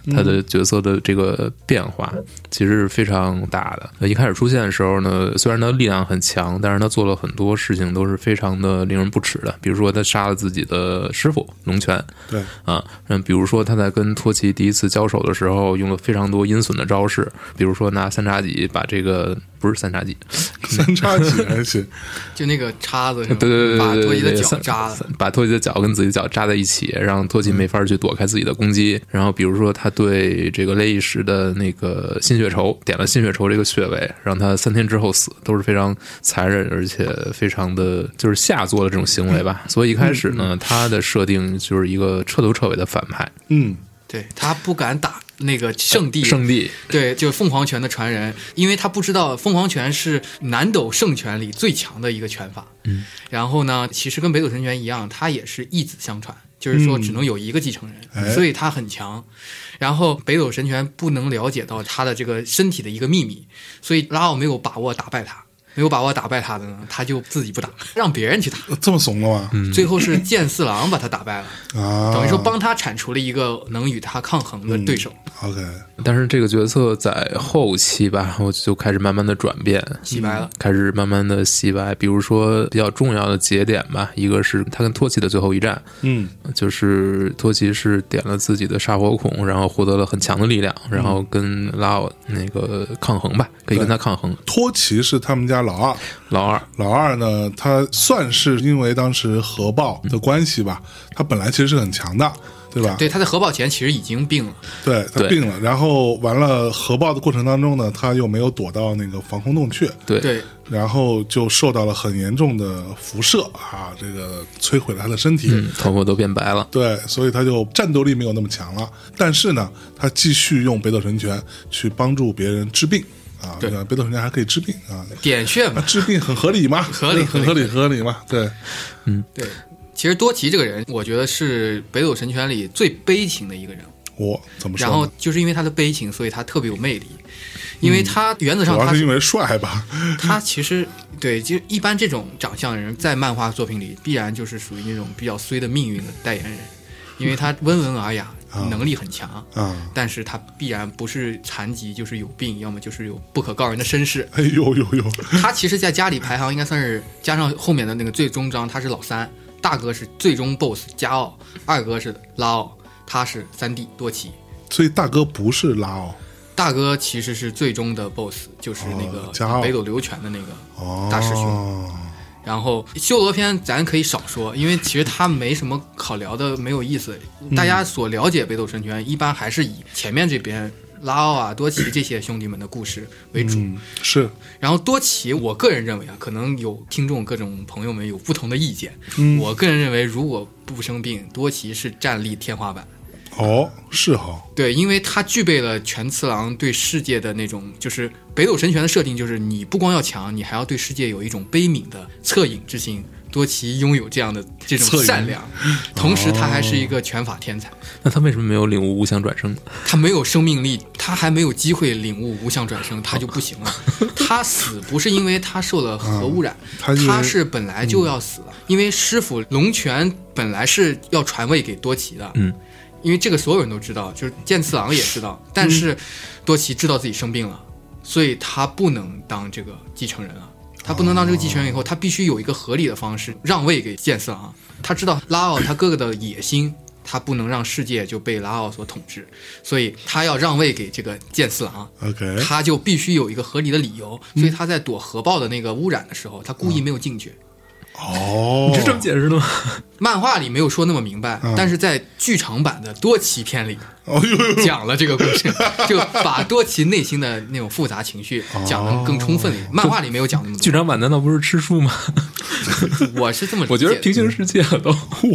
他的角色的这个变化其实是非常大的。一开始出现的时候呢，虽然他力量很强，但是他做了很多事情都是非常的令人不齿的，比如说他杀了自己的师傅龙泉， 对啊，比如说他在跟托奇第一次交手的时候用了非常多阴损的招式，比如说拿三叉戟把这个不是三叉戟， 三叉戟还行， 就那个叉子， 对， 把托奇的脚扎了， 把托奇的脚跟自己的脚扎在一起，让托奇没法去躲开自己的攻击。然后比如说他对这个雷伊什的那个心血仇点了心血仇这个穴位，让他3天之后死，都是非常残忍而且非常的就是下作的这种行为吧。所以一开始呢，他的设定就是一个彻头彻尾的反派。 对，他不敢打那个圣地，对，就是凤凰拳的传人，因为他不知道凤凰拳是南斗圣拳里最强的一个拳法。然后呢，其实跟北斗神拳一样，他也是一子相传，就是说只能有一个继承人，所以他很强。然后北斗神拳不能了解到他的这个身体的一个秘密，所以拉奥没有把握打败他。没有把握打败他的呢，他就自己不打，让别人去打。 这么怂了吗？ 最后是剑四郎把他打败了，等于说帮他铲除了一个能与他抗衡的对手。 OK， 但是这个角色在后期吧，我就开始慢慢的转变， 洗白了， 开始慢慢的洗白。比如说比较重要的节点吧，一个是他跟托奇的最后一战，就是托奇是点了自己的杀火孔，然后获得了很强的力量，然后跟拉奥那个抗衡吧，可以跟他抗衡。 托奇是他们家老二呢，他算是因为当时核爆的关系吧，他本来其实是很强的，对吧？ 对，他在核爆前其实已经病了， 对，他病了，然后完了核爆的过程当中呢，他又没有躲到那个防空洞去， 对， 然后就受到了很严重的辐射啊，这个摧毁了他的身体， 头发都变白了， 对，所以他就战斗力没有那么强了，但是呢，他继续用北斗神拳去帮助别人治病。啊，对，北斗神拳还可以治病啊， 点穴嘛， 治病很合理嘛， 合理嘛，对， 对。其实多奇这个人，我觉得是北斗神拳里最悲情的一个人。 怎么说？ 然后就是因为他的悲情，所以他特别有魅力。因为他原则上主要是因为帅吧。 他其实对，就一般这种长相的人，在漫画作品里必然就是属于那种比较衰的命运的代言人，因为他温文尔雅。能力很强但是他必然不是残疾就是有病，要么就是有不可告人的身世。 哎呦， 他其实在家里排行应该算是加上后面的那个最终章，他是老三，大哥是最终 BOSS 加奥，二哥是拉奥，他是3弟多奇。 所以大哥不是拉奥， 大哥其实是最终的 BOSS， 就是那个北斗流拳的那个大师兄。然后修罗篇咱可以少说，因为其实它没什么好聊的，没有意思。大家所了解北斗神拳一般还是以前面这边拉奥啊、多奇这些兄弟们的故事为主。 是。 然后多奇，我个人认为啊，可能有听众各种朋友们有不同的意见。我个人认为，如果不生病，多奇是战力天花板。 是对，因为他具备了全次郎对世界的那种，就是北斗神拳的设定，就是你不光要强，你还要对世界有一种悲悯的恻隐之心。多奇拥有这样的这种善良，同时他还是一个拳法天才。 那他为什么没有领悟无相转生？ 他没有生命力，他还没有机会领悟无相转生，他就不行了。他死不是因为他受了核污染，他是本来就要死了，因为师傅龙泉本来是要传位给多奇的。因为这个所有人都知道，就是剑次郎也知道，但是多奇知道自己生病了，所以他不能当这个继承人了。他不能当这个继承人以后，他必须有一个合理的方式让位给剑次郎。他知道拉奥他哥哥的野心，他不能让世界就被拉奥所统治，所以他要让位给这个剑次郎。他就必须有一个合理的理由，所以他在躲核爆的那个污染的时候，他故意没有进去。 你是这么解释的吗？ 漫画里没有说那么明白，但是在剧场版的多奇篇里讲了这个故事，就把多奇内心的那种复杂情绪讲得更充分一点。漫画里没有讲那么多。 剧场版难道不是吃书吗？ 我是这么理解的， 我觉得平行世界了都。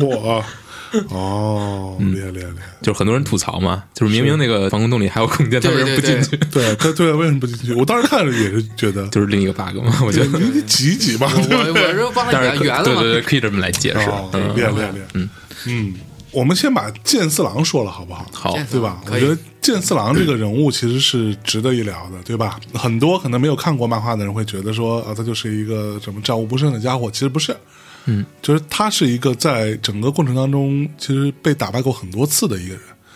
厉害！ 就是很多人吐槽嘛，就是明明那个防空洞里还有空间，他为什么不进去？ 对，为什么不进去？我当时看着也是觉得， 就是另一个 bug 嘛。我觉得你挤一挤吧。 我是帮他圆了嘛。 对，可以这么来解释。 厉害。我们先把剑四郎说了好不好？ 好， 对吧？我觉得剑四郎这个人物其实是值得一聊的，对吧？很多可能没有看过漫画的人会觉得说他就是一个什么战无不胜的家伙，其实不是。就是他是一个在整个过程当中其实被打败过很多次的一个人。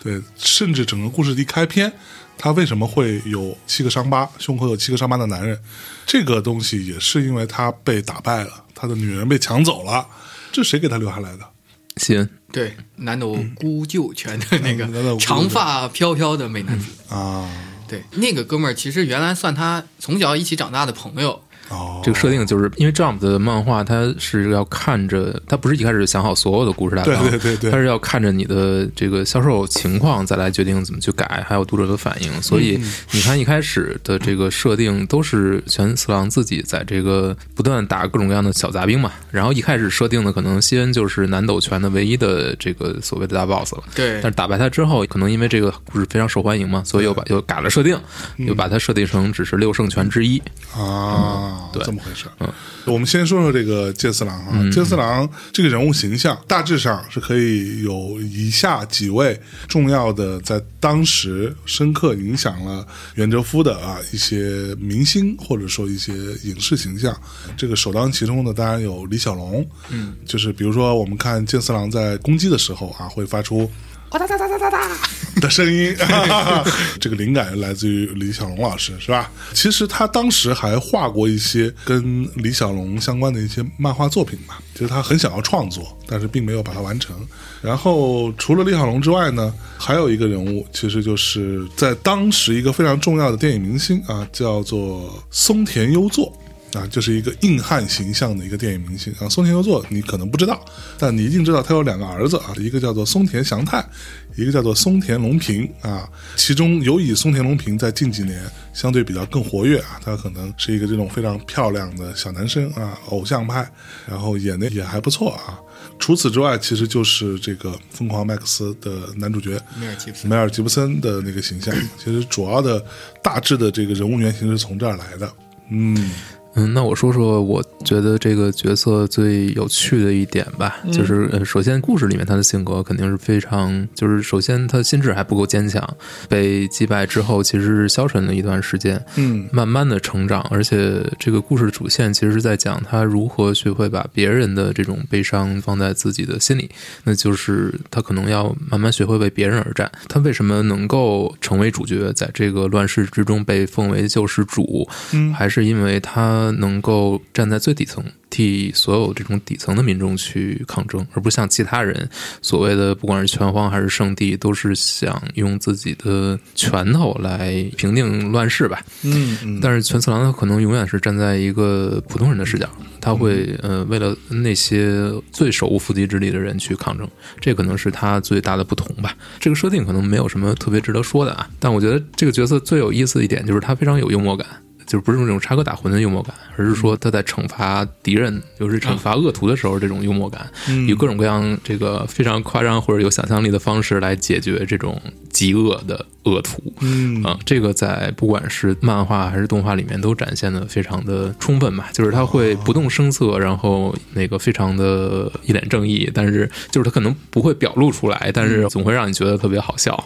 对，甚至整个故事的一开篇，他为什么会有7个伤疤，胸口有7个伤疤的男人，这个东西也是因为他被打败了，他的女人被抢走了，这谁给他留下来的？ 谢恩， 对，南斗孤救全的那个长发飘飘的美男子啊， 对，那个哥们儿其实原来算他从小一起长大的朋友。 这个设定就是因为 Jump 的漫画，它是要看着，它不是一开始就想好所有的故事大纲， 对， 它是要看着你的这个销售情况再来决定怎么去改，还有读者的反应。所以你看一开始的这个设定都是全次郎自己在这个不断打各种各样的小杂兵嘛，然后一开始设定的可能西恩就是南斗拳的唯一的这个所谓的大 boss 了， 对。 但是打败他之后，可能因为这个故事非常受欢迎嘛，所以又改了设定，又把它设定成只是6圣拳之一啊。 对， 这么回事。我们先说说这个剑四郎啊，剑四郎这个人物形象大致上是可以有以下几位重要的在当时深刻影响了袁哲夫的一些明星或者说一些影视形象。这个首当其冲的当然有李小龙，就是比如说我们看剑四郎在攻击的时候会发出哒哒哒哒哒哒的声音，这个灵感来自于李小龙老师，是吧？其实他当时还画过一些跟李小龙相关的一些漫画作品嘛，就是他很想要创作，但是并没有把它完成。然后除了李小龙之外呢，还有一个人物，其实就是在当时一个非常重要的电影明星叫做松田优作。就是一个硬汉形象的一个电影明星松田优作你可能不知道，但你一定知道他有2个儿子一个叫做松田翔太，一个叫做松田龙平其中尤以松田龙平在近几年相对比较更活跃他可能是一个这种非常漂亮的小男生偶像派，然后演的也还不错除此之外，其实就是这个疯狂麦克斯的男主角梅尔吉布森的那个形象，其实主要的大致的这个人物原型是从这儿来的。 那我说说我觉得这个角色最有趣的一点吧，就是首先故事里面他的性格肯定是非常，就是首先他心智还不够坚强，被击败之后其实是消沉了一段时间，慢慢的成长，而且这个故事主线其实是在讲他如何学会把别人的这种悲伤放在自己的心里，那就是他可能要慢慢学会为别人而战。他为什么能够成为主角，在这个乱世之中被奉为救世主，还是因为他能够站在最底层，替所有这种底层的民众去抗争，而不像其他人所谓的不管是拳皇还是圣地，都是想用自己的拳头来平定乱世吧。但是全次郎他可能永远是站在一个普通人的视角，他会为了那些最手无缚鸡之力的人去抗争，这可能是他最大的不同吧。这个设定可能没有什么特别值得说的但我觉得这个角色最有意思的一点就是他非常有幽默感，就是不是那种插科打诨的幽默感，而是说他在惩罚敌人，就是惩罚恶徒的时候这种幽默感，有各种各样这个非常夸张或者有想象力的方式来解决这种极恶的恶徒。这个在不管是漫画还是动画里面都展现的非常的充分吧，就是他会不动声色，然后那个非常的一脸正义，但是就是他可能不会表露出来，但是总会让你觉得特别好笑。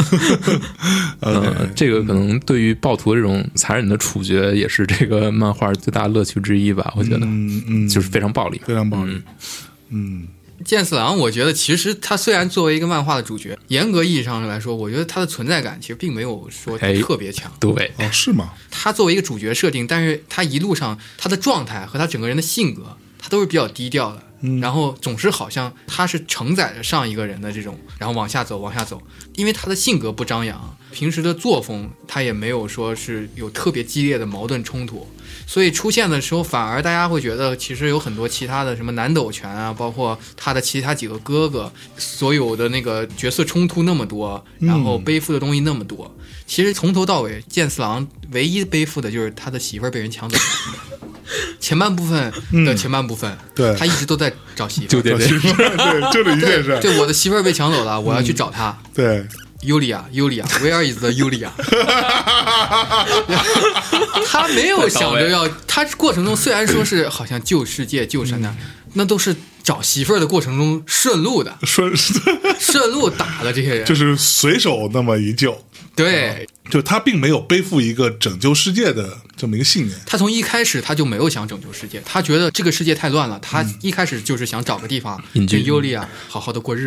这个可能对于暴徒这种残忍的处决也是这个漫画最大乐趣之一吧，我觉得就是非常暴力， 非常暴力。 剑四郎我觉得其实他虽然作为一个漫画的主角，严格意义上来说，我觉得他的存在感其实并没有说特别强。 对， 是吗？ 他作为一个主角设定，但是他一路上他的状态和他整个人的性格，他都是比较低调的。然后总是好像他是承载着上一个人的这种，然后往下走，因为他的性格不张扬，平时的作风他也没有说是有特别激烈的矛盾冲突，所以出现的时候反而大家会觉得其实有很多其他的什么南斗拳包括他的其他几个哥哥，所有的那个角色冲突那么多，然后背负的东西那么多，其实从头到尾剑四郎唯一背负的就是他的媳妇儿被人抢走前半部分的前半部分， 对， 他一直都在找媳妇儿， 对，就这一件事。 对，我的媳妇儿被抢走了，我要去找她。 对， 尤利亚 ，Where is the 尤利亚？他没有想着要，他过程中虽然说是好像救世界、救神那都是找媳妇儿的过程中顺路的，顺路打的这些人， 就是随手那么一救。 对， 就他并没有背负一个拯救世界的这么一个信念。 他从一开始他就没有想拯救世界，他觉得这个世界太乱了，他一开始就是想找个地方跟尤利亚好好的过日子。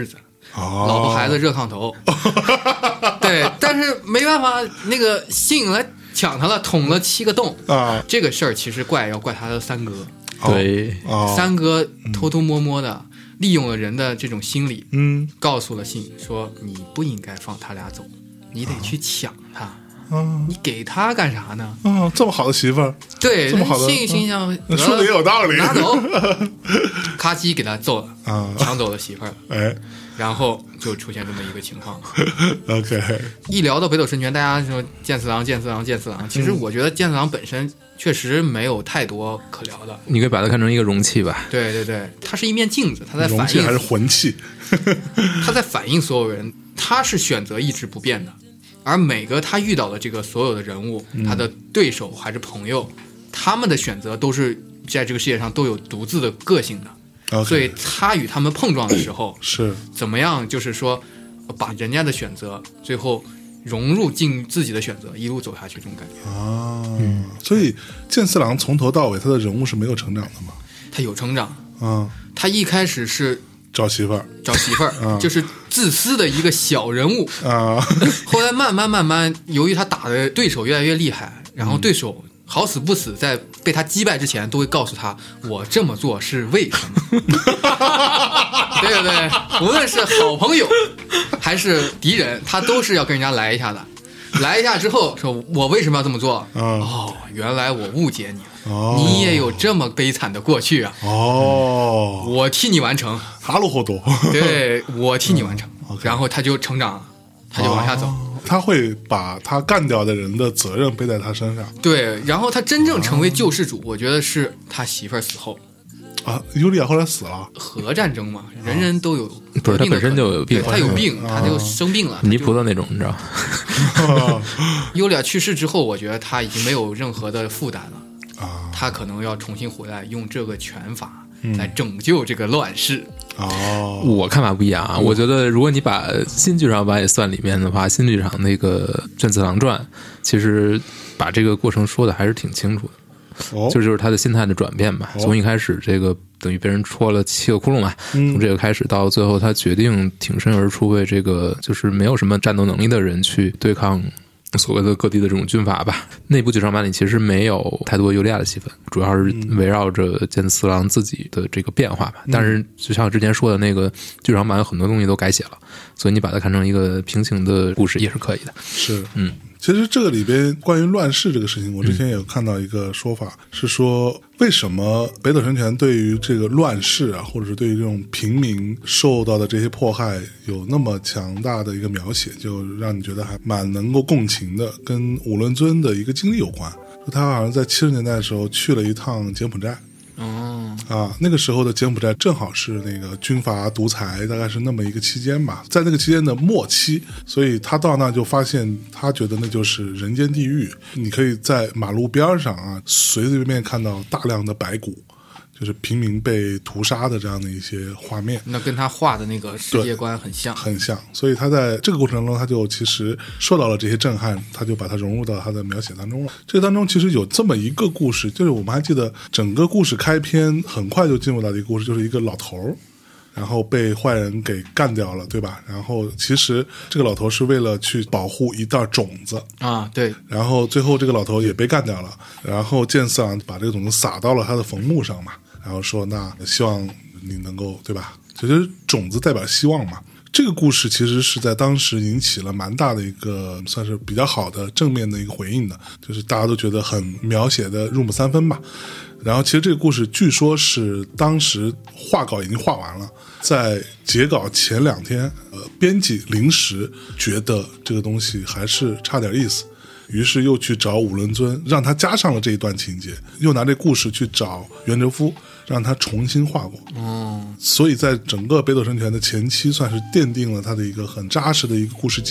老婆孩子热炕头。对，但是没办法，那个信来抢他了，捅了7个洞啊。 这个事儿其实要怪他的三哥。 对， 三哥偷偷摸摸的利用了人的这种心理，告诉了信说你不应该放他俩走，你得去抢他。你给他干啥呢？ 这么好的媳妇儿， 对， 这么好的信心想说的也有道理， 拿走，咔叽给他揍了，抢走了媳妇儿， 哎， 然后就出现这么一个情况。 OK， 一聊到北斗神拳，大家说剑次郎，其实我觉得剑次郎本身确实没有太多可聊的， 你可以把它看成一个容器吧。 对对对，它是一面镜子，它在反映容器还是魂器， 它在反映所有人，他是选择一直不变的。而每个他遇到的这个所有的人物，他的对手还是朋友，他们的选择都是在这个世界上都有独自的个性的，所以他与他们碰撞的时候是怎么样，就是说把人家的选择最后融入进自己的选择，一路走下去这种感觉。 所以剑次郎从头到尾他的人物是没有成长的吗？ 他有成长他一开始是找媳妇儿， 就是自私的一个小人物后来慢慢，由于他打的对手越来越厉害，然后对手好死不死在被他击败之前都会告诉他，我这么做是为什么。对对对，无论是好朋友还是敌人，他都是要跟人家来一下的。来一下之后说，我为什么要这么做？原来我误解你了，你也有这么悲惨的过去啊！我替你完成， 哈喽好多， 对，我替你完成，然后他就成长了，他就往下走。 他会把他干掉的人的责任背在他身上。 对，然后他真正成为救世主，我觉得是他媳妇儿死后。 尤利亚后来死了， 核战争嘛，人人都有， 不是他本身就有病， 他有病，他就生病了， 尼普的那种，你知道。 尤利亚去世之后，我觉得他已经没有任何的负担了他可能要重新回来，用这个拳法来拯救这个乱世。 我看法不一样啊，我觉得如果你把新剧场版也算里面的话，新剧场那个《剑次郎传》其实把这个过程说的还是挺清楚的。就是他的心态的转变吧，从一开始这个等于被人戳了7个窟窿嘛，从这个开始到最后他决定挺身而出，为这个就是没有什么战斗能力的人去对抗所谓的各地的这种军阀吧。内部剧场版里其实没有太多尤利亚的戏份，主要是围绕着剑次郎自己的这个变化吧。但是就像我之前说的那个剧场版有很多东西都改写了，所以你把它看成一个平行的故事也是可以的。 是，其实这个里边关于乱世这个事情，我之前也有看到一个说法，是说为什么北斗神拳对于这个乱世啊，或者是对于这种平民受到的这些迫害有那么强大的一个描写，就让你觉得还蛮能够共情的，跟五伦尊的一个经历有关。他好像在70年代的时候去了一趟柬埔寨。那个时候的柬埔寨正好是那个军阀独裁，大概是那么一个期间吧，在那个期间的末期，所以他到那就发现，他觉得那就是人间地狱。你可以在马路边上随随便便看到大量的白骨，就是平民被屠杀的这样的一些画面。 那跟他画的那个世界观很像， 很像。所以他在这个过程中，他就其实受到了这些震撼，他就把它融入到他的描写当中了。这当中其实有这么一个故事，就是我们还记得整个故事开篇很快就进入到的一个故事，就是一个老头，然后被坏人给干掉了，对吧？然后其实这个老头是为了去保护一袋种子对。 然后最后这个老头也被干掉了，然后剑次郎把这个种子撒到了他的坟墓上嘛，然后说那希望你能够，对吧？其实种子代表希望嘛。这个故事其实是在当时引起了蛮大的一个算是比较好的正面的一个回应的，就是大家都觉得很描写的入木三分吧。然后其实这个故事据说是当时画稿已经画完了，在截稿前2天编辑临时觉得这个东西还是差点意思，于是又去找五伦尊，让他加上了这一段情节，又拿这故事去找袁哲夫，让他重新画过。所以在整个北斗神拳的前期算是奠定了他的一个很扎实的一个故事基础。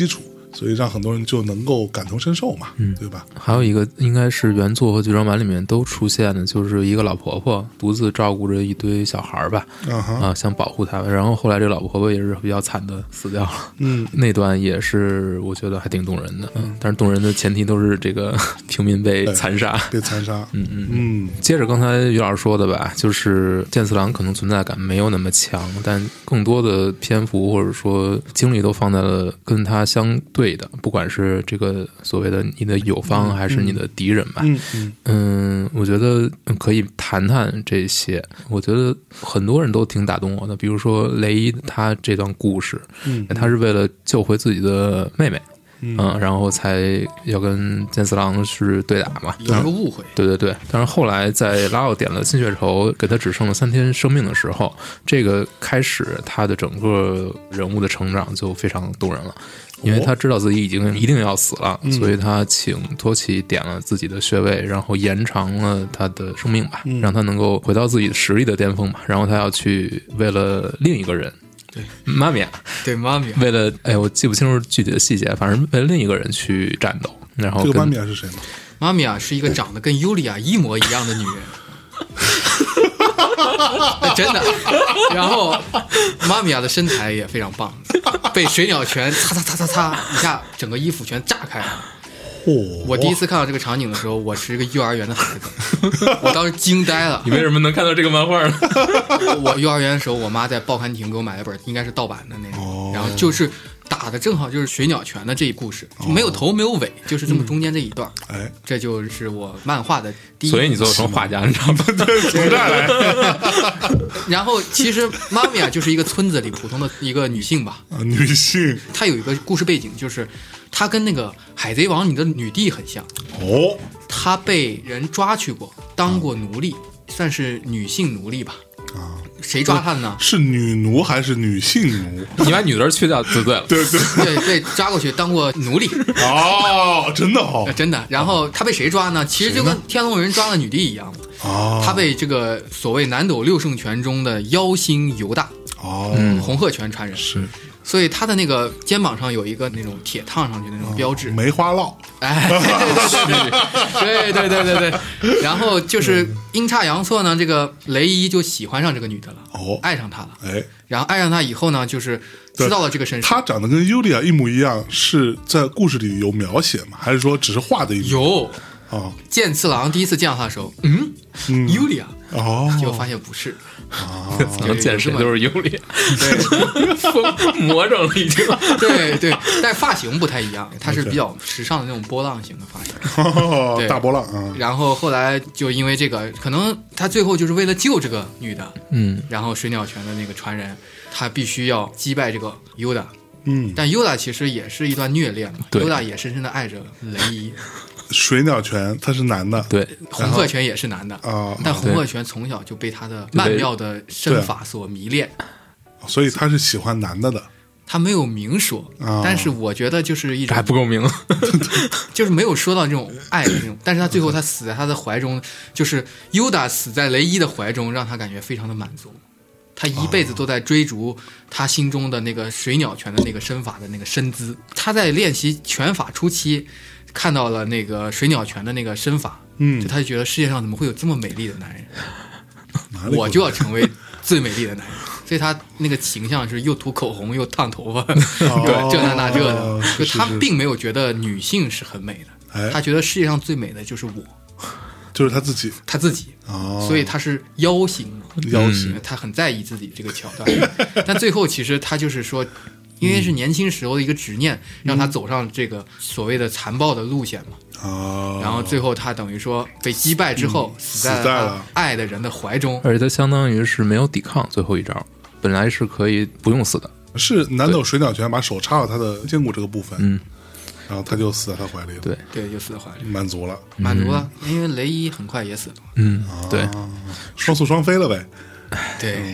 所以让很多人就能够感同身受嘛，对吧？ 还有一个应该是原作和剧场版里面都出现的，就是一个老婆婆独自照顾着一堆小孩吧，想保护他们，然后后来这个老婆婆也是比较惨的死掉了，那段也是我觉得还挺动人的，但是动人的前提都是这个平民被残杀，接着刚才于老师说的吧，就是剑次郎可能存在感没有那么强，但更多的篇幅或者说精力都放在了跟他相对的，不管是这个所谓的你的友方还是你的敌人吧，我觉得可以谈谈这些。我觉得很多人都挺打动我的，比如说雷伊他这段故事，他是为了救回自己的妹妹。然后才要跟剑次郎是对打嘛， 有一个误会。 对，但是后来在拉奥点了心血仇，给他只剩了3天生命的时候，这个开始他的整个人物的成长就非常动人了。因为他知道自己已经一定要死了，所以他请托奇点了自己的穴位，然后延长了他的生命吧，让他能够回到自己实力的巅峰嘛。然后他要去为了另一个人。 对， 妈咪， 对妈咪， 为了我记不清楚具体的细节，反正为了另一个人去战斗。然后这个妈咪是谁呢？ 妈咪是一个长得跟尤利亚一模一样的女人，真的。然后妈咪的身材也非常棒，被水鸟拳擦一下，整个衣服全炸开了。我第一次看到这个场景的时候，我是一个幼儿园的孩子，我当时惊呆了。 你为什么能看到这个漫画呢？ 我幼儿园的时候，我妈在报刊亭给我买了本应该是盗版的那种，然后就是打的正好就是水鸟拳的这一故事，就没有头没有尾，就是这么中间这一段。这就是我漫画的第一。 所以你做成画家，你知道吗？ 从这儿来。 然后其实妈咪就是一个村子里普通的一个女性吧， 女性。 她有一个故事背景，就是她跟那个海贼王里的女帝很像。她被人抓去过，当过奴隶，算是女性奴隶吧。谁抓他的呢？ 是女奴还是女性奴？ 你把女的去掉就对了。 对，抓过去当过奴隶。 真的真的。然后他被谁抓呢？其实就跟天龙人抓了女帝一样。他被这个所谓南斗六圣拳中的妖星犹大，红鹤拳传人。 是。 所以他的那个肩膀上有一个那种铁烫上去的那种标志， 梅花烙。 对。然后就是阴差阳错呢，这个雷伊就喜欢上这个女的了，爱上她了。然后爱上她以后呢，就是知道了这个身世。 她长得跟尤利亚一模一样，是在故事里有描写吗？还是说只是画的一模？ 有。剑次郎第一次见到他的时候，尤利亚，结果发现不是。 见谁都是尤利亚，对，魔怔了已经。 对，但发型不太一样，他是比较时尚的那种波浪形的发型， 大波浪。 然后后来就因为这个，可能他最后就是为了救这个女的，然后水鸟拳的那个传人，他必须要击败这个尤达。但尤达其实也是一段虐恋嘛，尤达也深深的爱着雷伊。 水鸟拳他是男的， 对， 红鹤拳也是男的但红鹤拳从小就被他的曼妙的身法所迷恋， 所以他是喜欢男的。 他没有明说，但是我觉得就是一种还不够明， 就是没有说到这种爱的那种。但是他最后他死在他的怀中，就是尤达死在雷伊的怀中，让他感觉非常的满足。他一辈子都在追逐他心中的那个水鸟拳的那个身法的那个身姿。他在练习拳法初期看到了那个水鸟拳的那个身法，就他就觉得世界上怎么会有这么美丽的男人，我就要成为最美丽的男人。所以他那个形象是又涂口红又烫头发，对，这那的，就他并没有觉得女性是很美的，他觉得世界上最美的就是我， 就是他自己， 所以他是妖型，他很在意自己这个桥段。但最后其实他就是说，因为是年轻时候的一个执念，让他走上这个所谓的残暴的路线嘛。然后最后他等于说被击败之后，死在了爱的人的怀中， 而且他相当于是没有抵抗最后一招，本来是可以不用死的。 是南斗水鸟拳把手插到他的肩骨这个部分，然后他就死在他怀里了。 对，就死在怀里， 满足了， 因为雷伊很快也死了。 对， 双宿双飞了呗。 对。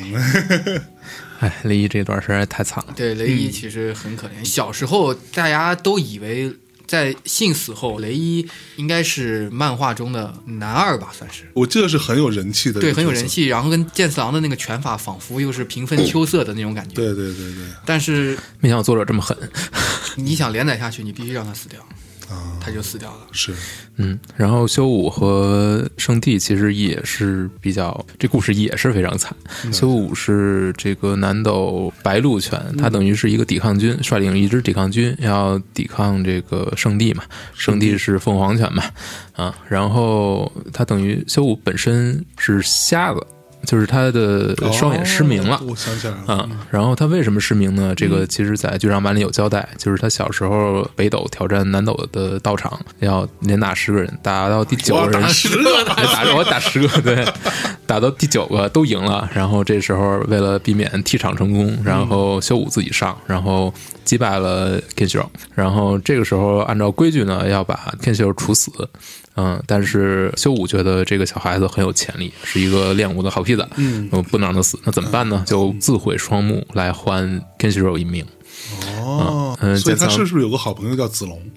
雷伊这段实在太惨了。 对，雷伊其实很可怜。小时候大家都以为在信死后，雷伊应该是漫画中的男二吧，算是。 我记得是很有人气的， 对，很有人气。然后跟剑次郎的那个拳法仿佛又是平分秋色的那种感觉。 对。 但是没想到作者这么狠。 你想连载下去，你必须让他死掉。他就死掉了。 是， 然后修武和圣地其实也是比较，这故事也是非常惨。修武是这个南斗白鹿泉，他等于是一个抵抗军，率领一支抵抗军要抵抗这个圣地嘛，圣地是凤凰泉嘛，然后他等于修武本身是瞎子。就是他的双眼失明了， 我想起来了然后他为什么失明呢？这个其实在剧场版里有交代，就是他小时候北斗挑战南斗的道场，要连打10个人，打到第9个人，我打10个，对，打到第9个都赢了。然后这时候为了避免替场成功，然后修武自己上，然后击败了 Kenshiro， 然后这个时候按照规矩呢，要把 Kenshiro 处死。但是修武觉得这个小孩子很有潜力，是一个练武的好坯子，不能让他死，那怎么办呢？就自毁双目来还 Kenshiro 一命。 所以他是不是有个好朋友叫子龙？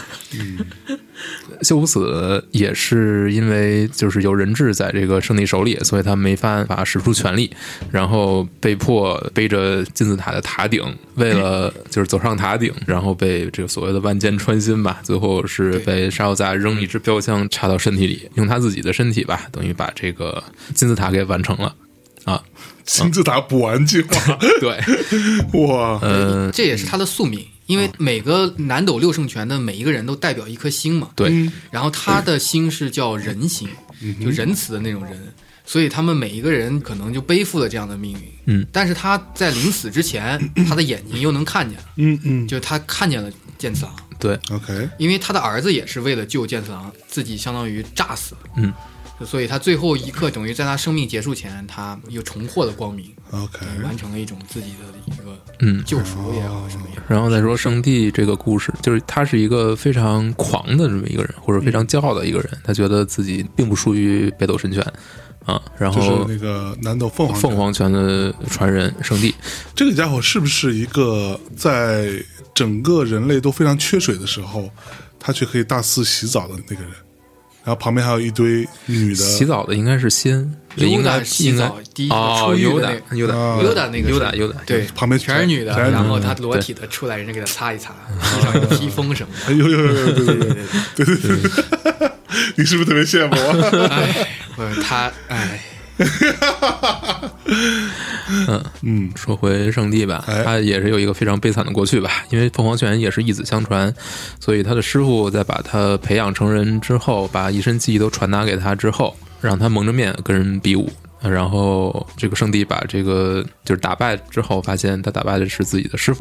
修武死也是因为就是有人质在这个圣地手里，所以他没办法使出全力，然后被迫背着金字塔的塔顶，为了就是走上塔顶，然后被这个所谓的万箭穿心吧，最后是被沙丘萨扔一支标枪插到身体里，用他自己的身体吧，等于把这个金字塔给完成了金字塔补完计划。 对， 哇， 这也是他的宿命。因为每个南斗六圣泉的每一个人都代表一颗星嘛， 对， 然后他的星是叫仁心，就仁慈的那种人，所以他们每一个人可能就背负了这样的命运。但是他在临死之前，他的眼睛又能看见，就他看见了剑次郎。 对 ，OK， 因为他的儿子也是为了救剑次郎，自己相当于炸死了。所以他最后一刻等于在他生命结束前，他又重获了光明 ，OK， 完成了一种自己的一个救赎也好，什么也好。 然后再说圣地这个故事，就是他是一个非常狂的这么一个人，或者非常骄傲的一个人，他觉得自己并不属于北斗神拳然后就是那个南斗凤凰拳的传人圣地。 这个家伙是不是一个在整个人类都非常缺水的时候，他却可以大肆洗澡的那个人？然后旁边还有一堆女的， 洗澡的应该是仙，应该洗澡第一个出浴的优达那个优达， 对， 旁边全是女的，然后他裸体的出来，人家给他擦一擦，披上一个披风什么的。 对，你是不是特别羡慕他说回圣地吧，他也是有一个非常悲惨的过去吧，因为凤凰拳也是一子相传，所以他的师傅在把他培养成人之后，把一身技艺都传达给他之后，让他蒙着面跟人比武，然后这个圣地把这个就是打败之后，发现他打败的是自己的师傅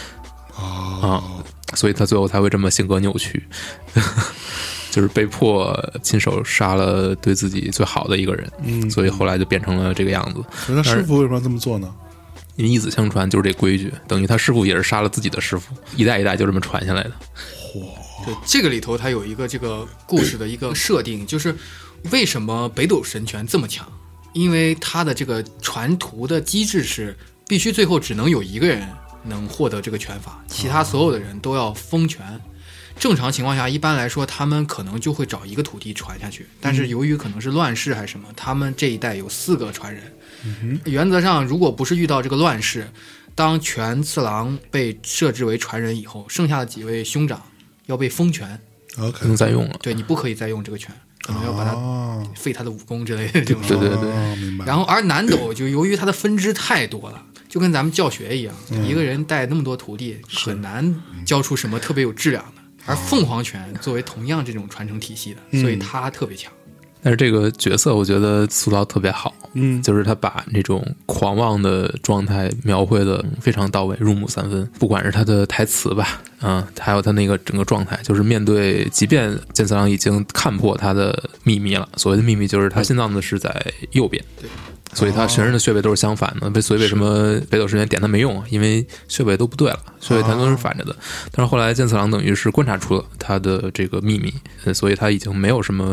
所以他最后才会这么性格扭曲就是被迫亲手杀了对自己最好的一个人，所以后来就变成了这个样子。 那师傅为什么要这么做呢？ 因为一子相传就是这规矩，等于他师傅也是杀了自己的师傅，一代一代就这么传下来的。 对，这个里头它有一个这个故事的一个设定，就是为什么北斗神拳这么强？因为它的这个传徒的机制是必须最后只能有一个人能获得这个拳法，其他所有的人都要封拳。正常情况下，一般来说他们可能就会找一个徒弟传下去，但是由于可能是乱世还是什么，他们这一代有4个传人。原则上如果不是遇到这个乱世，当拳次郎被设置为传人以后，剩下的几位兄长要被封拳， 不能再用了。 对，你不可以再用这个拳，可能要把他废他的武功之类的这种。 对， 明白。 然后而南斗就由于他的分支太多了，就跟咱们教学一样，一个人带那么多徒弟，很难教出什么特别有质量的。而凤凰拳作为同样这种传承体系的，所以他特别强。 但是这个角色我觉得塑造特别好，就是他把那种狂妄的状态描绘的非常到位，入木三分。不管是他的台词吧，还有他那个整个状态，就是面对，即便剑次郎已经看破他的秘密了，所谓的秘密就是他心脏的是在右边， 对， 所以他全身的穴位都是相反的。所以为什么北斗神拳点他没用啊？因为穴位都不对了，穴位弹都是反着的。但是后来剑次郎等于是观察出了他的这个秘密，所以他已经没有什么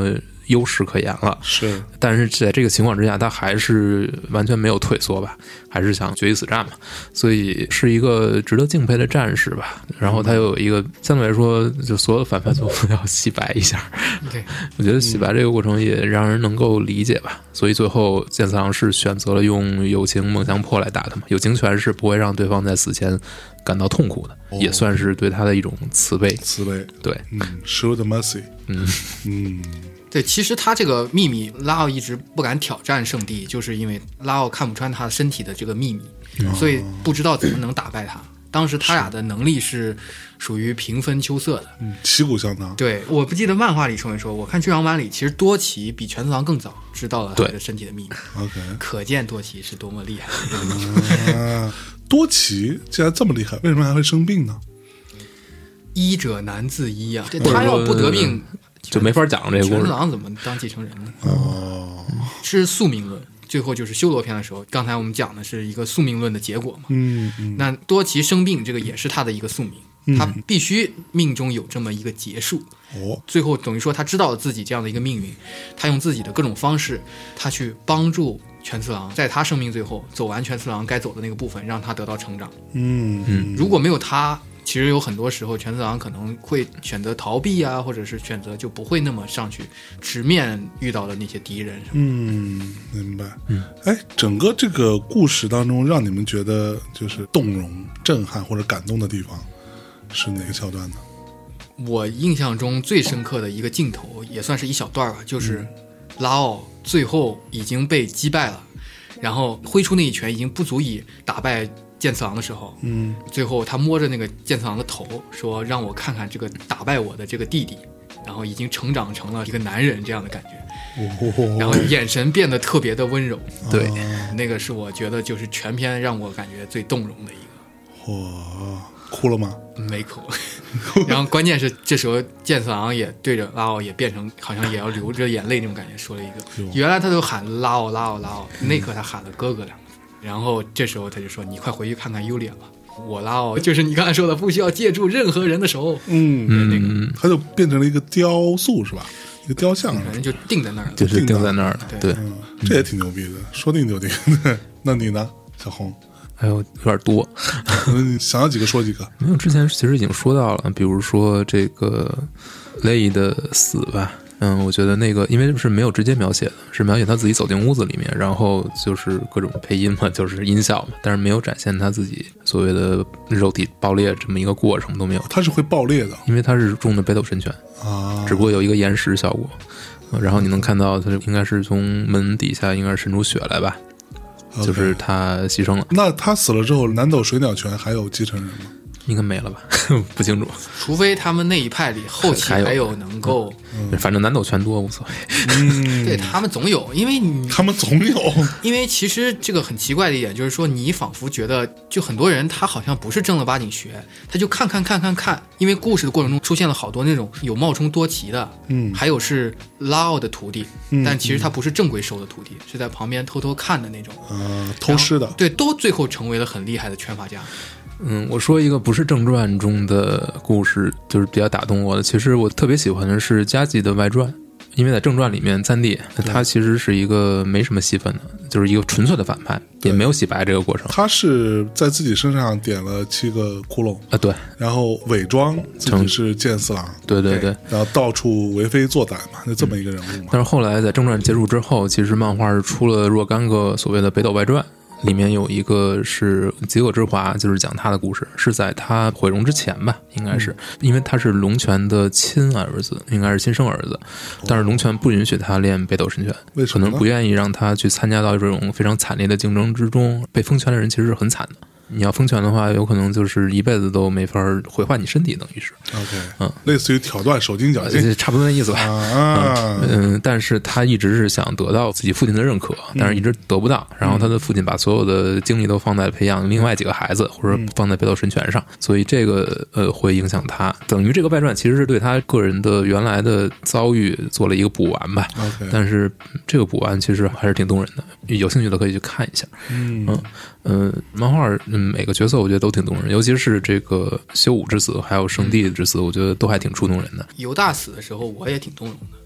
优势可言了。 是， 但是在这个情况之下，他还是完全没有退缩吧，还是想决一死战嘛，所以是一个值得敬佩的战士吧。然后他又有一个相对来说，就所有的反派作风要洗白一下。 对， 我觉得洗白这个过程也让人能够理解吧。所以最后剑次郎是选择了用友情梦相迫来打他嘛，友情拳是不会让对方在死前感到痛苦的，也算是对他的一种慈悲。对 ，show the mercy。 对，其实他这个秘密，拉奥一直不敢挑战圣地，就是因为拉奥看不穿他身体的这个秘密，所以不知道怎么能打败他。当时他俩的能力是属于平分秋色的， 旗鼓相当。 对，我不记得漫画里说没说，我看剧场版里，其实多奇比全次郎更早知道了他的身体的秘密。 OK， 可见多奇是多么厉害的。 多奇既然这么厉害，为什么还会生病呢？ 医者难自医啊，他要不得病就没法讲这个故事。 全次郎怎么当继承人呢？是宿命论。最后就是修罗篇的时候，刚才我们讲的是一个宿命论的结果嘛。那多奇生病，这个也是他的一个宿命，他必须命中有这么一个结束。最后等于说他知道了自己这样的一个命运，他用自己的各种方式，他去帮助全次郎，在他生命最后走完全次郎该走的那个部分，让他得到成长。如果没有他，其实有很多时候全次郎可能会选择逃避啊，或者是选择就不会那么上去直面遇到的那些敌人。 明白。整个这个故事当中让你们觉得就是动容、震撼或者感动的地方是哪个桥段呢？ 我印象中最深刻的一个镜头也算是一小段吧，就是拉奥最后已经被击败了，然后挥出那一拳已经不足以打败剑次郎的时候，最后他摸着那个剑次郎的头说，让我看看这个打败我的这个弟弟，然后已经成长成了一个男人这样的感觉，然后眼神变得特别的温柔。对，那个是我觉得就是全篇让我感觉最动容的一个。 哭了吗？ 没哭。然后关键是这时候剑次郎也对着拉奥也变成好像也要流着眼泪那种感觉，说了一个，原来他都喊拉奥拉奥拉奥，那刻他喊了哥哥两个字，然后这时候他就说，你快回去看看优劣吧，我拉奥就是你刚才说的不需要借助任何人的手。那个他就变成了一个雕塑是吧，一个雕像， 反正就定在那儿了， 就是定在那儿了。对， 这也挺牛逼的，说定就定。那你呢，小红？ 还有点多， 你想到几个说几个。 没有，之前其实已经说到了，比如说这个雷的死吧。我觉得那个因为是没有直接描写的，是描写他自己走进屋子里面，然后就是各种配音嘛，就是音效嘛，但是没有展现他自己所谓的肉体爆裂这么一个过程都没有。 他是会爆裂的， 因为他是中的北斗神拳只不过有一个延时效果。然后你能看到他应该是从门底下应该是渗出血来吧。就是他牺牲了。 那他死了之后，南斗水鸟拳还有继承人吗？ 应该没了吧？不清楚。 除非他们那一派里后期还有能够， 反正南斗拳多无所谓。 对，他们总有，因为他们总有， 因为其实这个很奇怪的一点就是说，你仿佛觉得就很多人他好像不是正儿八经学，他就看，因为故事的过程中出现了好多那种有冒充多奇的，还有是拉奥的徒弟，但其实他不是正规收的徒弟，是在旁边偷偷看的那种， 偷师的， 对，都最后成为了很厉害的拳法家。 我说一个不是正传中的故事，就是比较打动我的。其实我特别喜欢的是加吉的外传，因为在正传里面，赞地他其实是一个没什么戏份的，就是一个纯粹的反派，也没有洗白这个过程。 他是在自己身上点了7个窟窿啊，对， 然后伪装自己是剑四郎， 对， 然后到处为非作歹嘛，就这么一个人物嘛。 但是后来在正传结束之后，其实漫画是出了若干个所谓的北斗外传。里面有一个是极恶之华，就是讲他的故事，是在他毁容之前吧，应该是，因为他是龙泉的亲儿子，应该是亲生儿子，但是龙泉不允许他练北斗神拳， 为什么？ 可能不愿意让他去参加到这种非常惨烈的竞争之中。被封拳的人其实是很惨的，你要封拳的话，有可能就是一辈子都没法毁坏你身体，等于是 OK，类似于挑断手筋脚筋， 差不多那意思吧。但是他一直是想得到自己父亲的认可，但是一直得不到。然后他的父亲把所有的精力都放在培养另外几个孩子，或者放在北斗神拳上，所以这个会影响他。等于这个外传其实是对他个人的原来的遭遇做了一个补完吧。但是这个补完其实还是挺动人的，有兴趣的可以去看一下。漫画每个角色我觉得都挺动人，尤其是这个修武之死还有圣地之死，我觉得都还挺触动人的。 犹大死的时候我也挺动容的，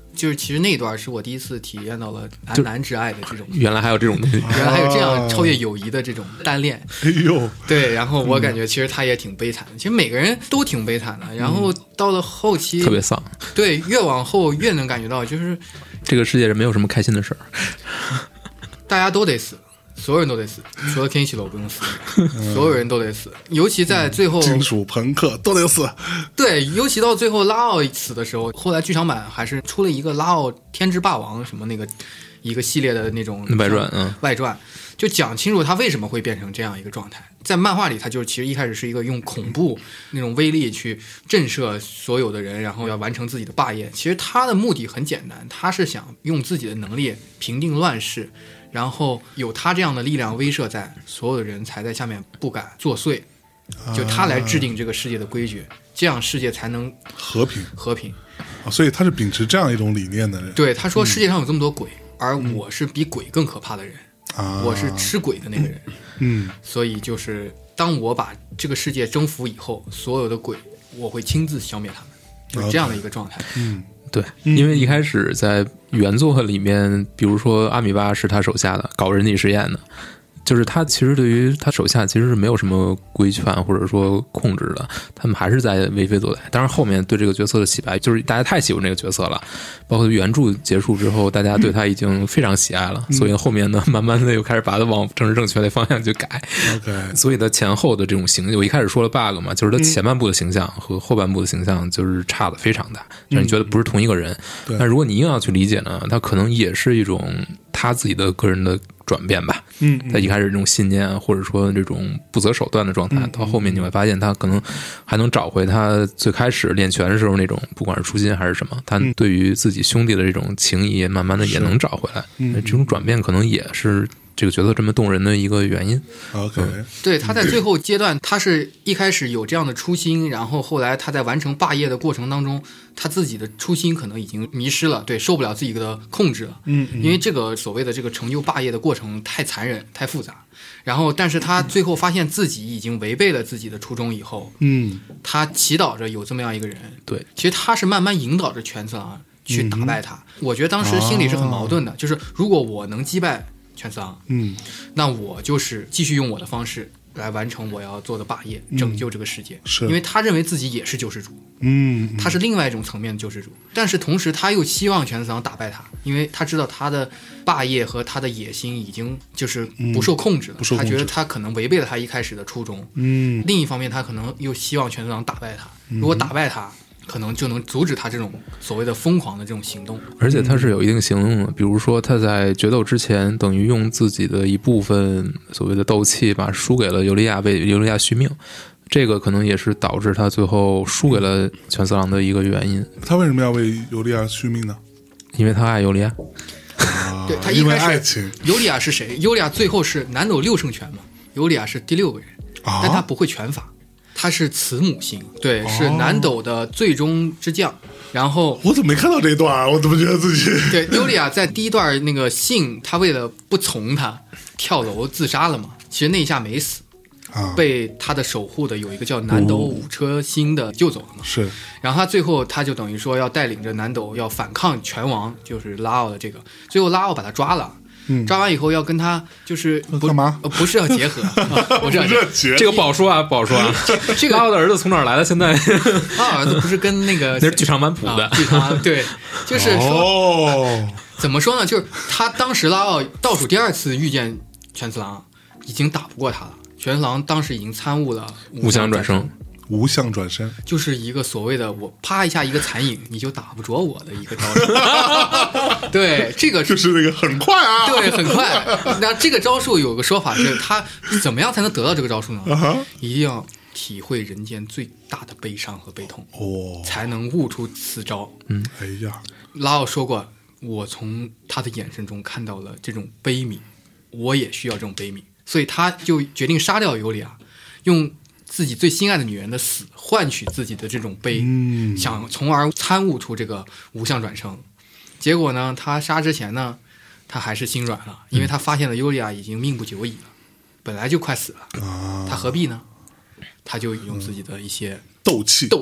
就是其实那段是我第一次体验到了男男之爱的这种， 原来还有这种东西， 原来还有这样超越友谊的这种单恋。 哎呦， 对，然后我感觉其实他也挺悲惨的，其实每个人都挺悲惨的。然后到了后期特别丧。 对，越往后越能感觉到，就是这个世界上没有什么开心的事儿， 大家都得死。所有人都得死，除了 Kenshiro 不用死，所有人都得死。尤其在最后， 金属朋克都得死。 对，尤其到最后拉奥死的时候，后来剧场版还是出了一个拉奥天之霸王什么那个一个系列的那种外传， 外传就讲清楚他为什么会变成这样一个状态。在漫画里，他就是其实一开始是一个用恐怖那种威力去震慑所有的人，然后要完成自己的霸业。其实他的目的很简单，他是想用自己的能力平定乱世。然后有他这样的力量威慑在，所有的人才在下面不敢作祟，就他来制定这个世界的规矩，这样世界才能和平。 所以他是秉持这样一种理念的人。 对，他说世界上有这么多鬼，而我是比鬼更可怕的人，我是吃鬼的那个人。所以就是当我把这个世界征服以后，所有的鬼我会亲自消灭他们，就是这样的一个状态。 对，因为一开始在原作里面，比如说阿米巴是他手下的，搞人体实验的，就是他其实对于他手下其实是没有什么规劝或者说控制的，他们还是在为非作歹。当然后面对这个角色的洗白，就是大家太喜欢这个角色了，包括原著结束之后，大家对他已经非常喜爱了，所以后面呢，慢慢的又开始把他往政治正确的方向去改。所以他前后的这种形象，我一开始说了 bug 嘛，就是他前半部的形象和后半部的形象就是差的非常大，让你觉得不是同一个人。但如果你硬要去理解呢，他可能也是一种他自己的个人的转变吧。他一开始这种信念或者说这种不择手段的状态，到后面你会发现他可能还能找回他最开始练拳的时候那种不管是初心还是什么，他对于自己兄弟的这种情谊慢慢的也能找回来。这种转变可能也是这个角色这么动人的一个原因。 对，他在最后阶段，他是一开始有这样的初心，然后后来他在完成霸业的过程当中，他自己的初心可能已经迷失了，对，受不了自己的控制了。因为这个所谓的这个成就霸业的过程太残忍、太复杂。然后，但是他最后发现自己已经违背了自己的初衷以后，他祈祷着有这么样一个人。 对， 其实他是慢慢引导着全次郎去打败他。我觉得当时心里是很矛盾的，就是如果我能击败全次郎，那我就是继续用我的方式来完成我要做的霸业，拯救这个世界。因为他认为自己也是救世主，他是另外一种层面的救世主，但是同时他又希望全次郎打败他，因为他知道他的霸业和他的野心已经就是不受控制了，他觉得他可能违背了他一开始的初衷。另一方面他可能又希望全次郎打败他，如果打败他可能就能阻止他这种所谓的疯狂的这种行动。 而且他是有一定行动的，比如说他在决斗之前等于用自己的一部分所谓的斗气把输给了尤利亚，为尤利亚续命，这个可能也是导致他最后输给了全次郎的一个原因。 他为什么要为尤利亚续命呢？ 因为他爱尤利亚。 对，他一开始尤利亚是谁？尤利亚最后是南斗六圣拳嘛，尤利亚是第6个人，但他不会拳法，他是慈母星，对，是南斗的最终之将。然后我怎么没看到这一段啊？我怎么觉得自己对尤利亚在第一段那个信，他为了不从他跳楼自杀了嘛，其实那一下没死，被他的守护的有一个叫南斗五车星的救走了嘛。 是， 然后他最后他就等于说要带领着南斗要反抗拳王，就是拉奥的这个，最后拉奥把他抓了。抓完以后要跟他就是干嘛？ 不是要结合，不是要结合， 这个不好说啊，不好说啊。这个拉奥的儿子从哪儿来的？现在他儿子不是跟那个那是剧场版谱的， 剧场版对，就是说怎么说呢？就是他当时拉奥倒数第2次遇见全次郎，已经打不过他了。全次郎当时已经参悟了无相转生。 无相转身就是一个所谓的我啪一下一个残影你就打不着我的一个招数。对，这个就是那个很快啊， 对，很快。那这个招数有个说法是，他怎么样才能得到这个招数呢？一定要体会人间最大的悲伤和悲痛，才能悟出此招。 哎呀， 拉奥说过，我从他的眼神中看到了这种悲悯，我也需要这种悲悯，所以他就决定杀掉尤利亚，用自己最心爱的女人的死换取自己的这种悲，想从而参悟出这个无相转生。结果呢，他杀之前呢，他还是心软了，因为他发现了尤利亚已经命不久矣了，本来就快死了，他何必呢？他就用自己的一些斗气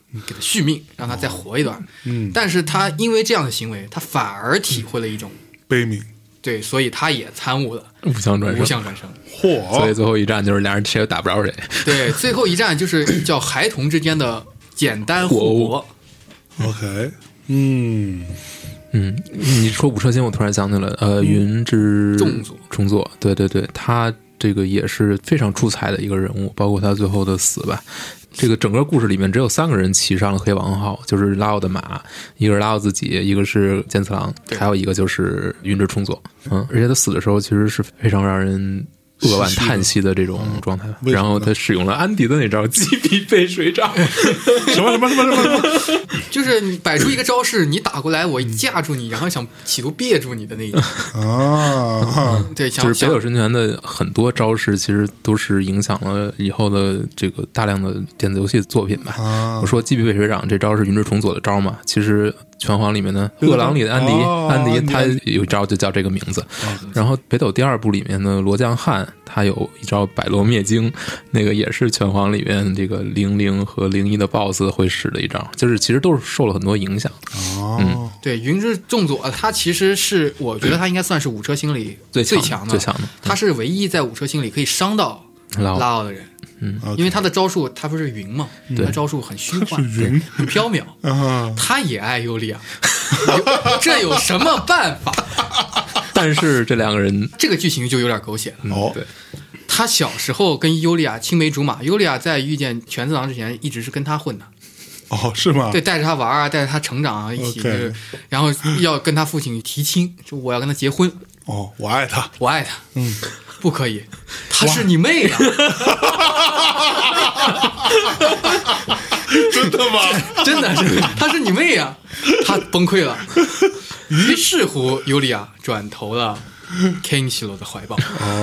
给他续命，让他再活一段。但是他因为这样的行为，他反而体会了一种悲悯。 对，所以他也参悟了无相转生。 嚯！ 所以最后一战就是俩人谁也打不着谁。 对，最后一战就是叫孩童之间的简单互搏。 OK， 你说五车星，我突然想起了云之重佐，对对对，他这个也是非常出彩的一个人物，包括他最后的死吧。这个整个故事里面只有3个人骑上了黑王号，就是拉奥的马，一个是拉奥自己，一个是剑次郎，还有一个就是云之重佐。而且他死的时候其实是非常让人扼腕叹息的这种状态。然后他使用了安迪的那招击臂背水掌。 什么？ 就是你摆出一个招式，你打过来，我架住你，然后想企图别住你的那一种。对， 就是北斗神拳的很多招式，其实都是影响了以后的这个大量的电子游戏作品吧。我说击臂背水掌这招是云之重佐的招嘛，其实拳皇里面的饿狼里的安迪他有一招就叫这个名字。然后北斗第2部里面的罗江汉他有一招百罗灭经，那个也是拳皇里面这个00和01的 BOSS 会使的一招，就是其实都是受了很多影响。 对，云之重佐他其实是我觉得他应该算是五车星里最强的，他是唯一在五车星里可以伤到拉奥的人。因为他的招数他不是云嘛，他招数很虚幻，很缥缈。他也爱尤利亚，这有什么办法？ 但是这2个人， 这个剧情就有点狗血了。对，他小时候跟尤利亚青梅竹马，尤利亚在遇见全次郎之前一直是跟他混的。 是吗？ 对，带着他玩啊，带着他成长啊，一起就是然后要跟他父亲提亲，说我要跟他结婚。 我爱他， 我爱他。不可以，他是你妹啊！ 真的吗？ 真的是，他是你妹啊！他崩溃了。于是乎，尤利亚转投了 Kenshiro 的怀抱。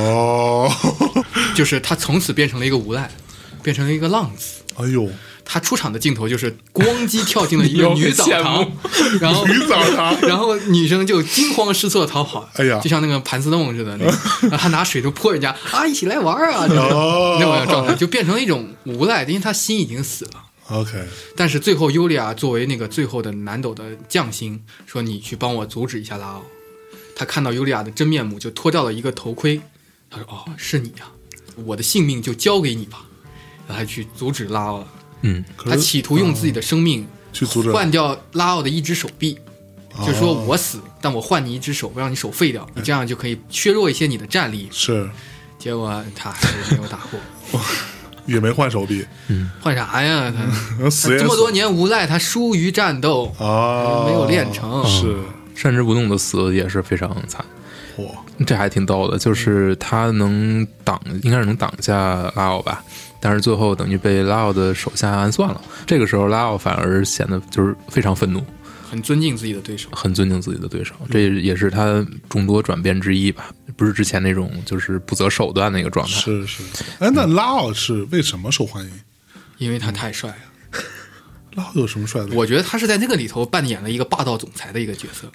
就是他从此变成了一个无赖，变成了一个浪子。 哎呦！ 他出场的镜头就是咣叽跳进了一个女澡堂，然后女生就惊慌失措逃跑。哎呀，就像那个盘丝洞似的，然后他拿水就泼人家啊，一起来玩啊，那种状态就变成了一种无赖，因为他心已经死了。 OK， 但是最后尤利亚作为那个最后的南斗的将星，说你去帮我阻止一下拉奥。他看到尤利亚的真面目，就脱掉了一个头盔。他说：“哦，是你啊，我的性命就交给你吧。”然后他去阻止拉奥了。他企图用自己的生命去阻止换掉拉奥的一只手臂，就是说我死，但我换你一只手，不让你手废掉，你这样就可以削弱一些你的战力。 是， 结果他还是没有打过。 也没换手臂。 换啥呀？他这么多年无赖，他疏于战斗没有练成。 是， 山之不动的死也是非常惨。这还挺逗的，就是他能挡，应该是能挡下拉奥吧，但是最后等于被拉奥的手下暗算了。这个时候拉奥反而显得就是非常愤怒， 很尊敬自己的对手， 这也是他众多转变之一吧，不是之前那种就是不择手段那个状态。 是。那拉奥是为什么受欢迎？ 因为他太帅了。 拉奥有什么帅的？ 我觉得他是在那个里头扮演了一个霸道总裁的一个角色。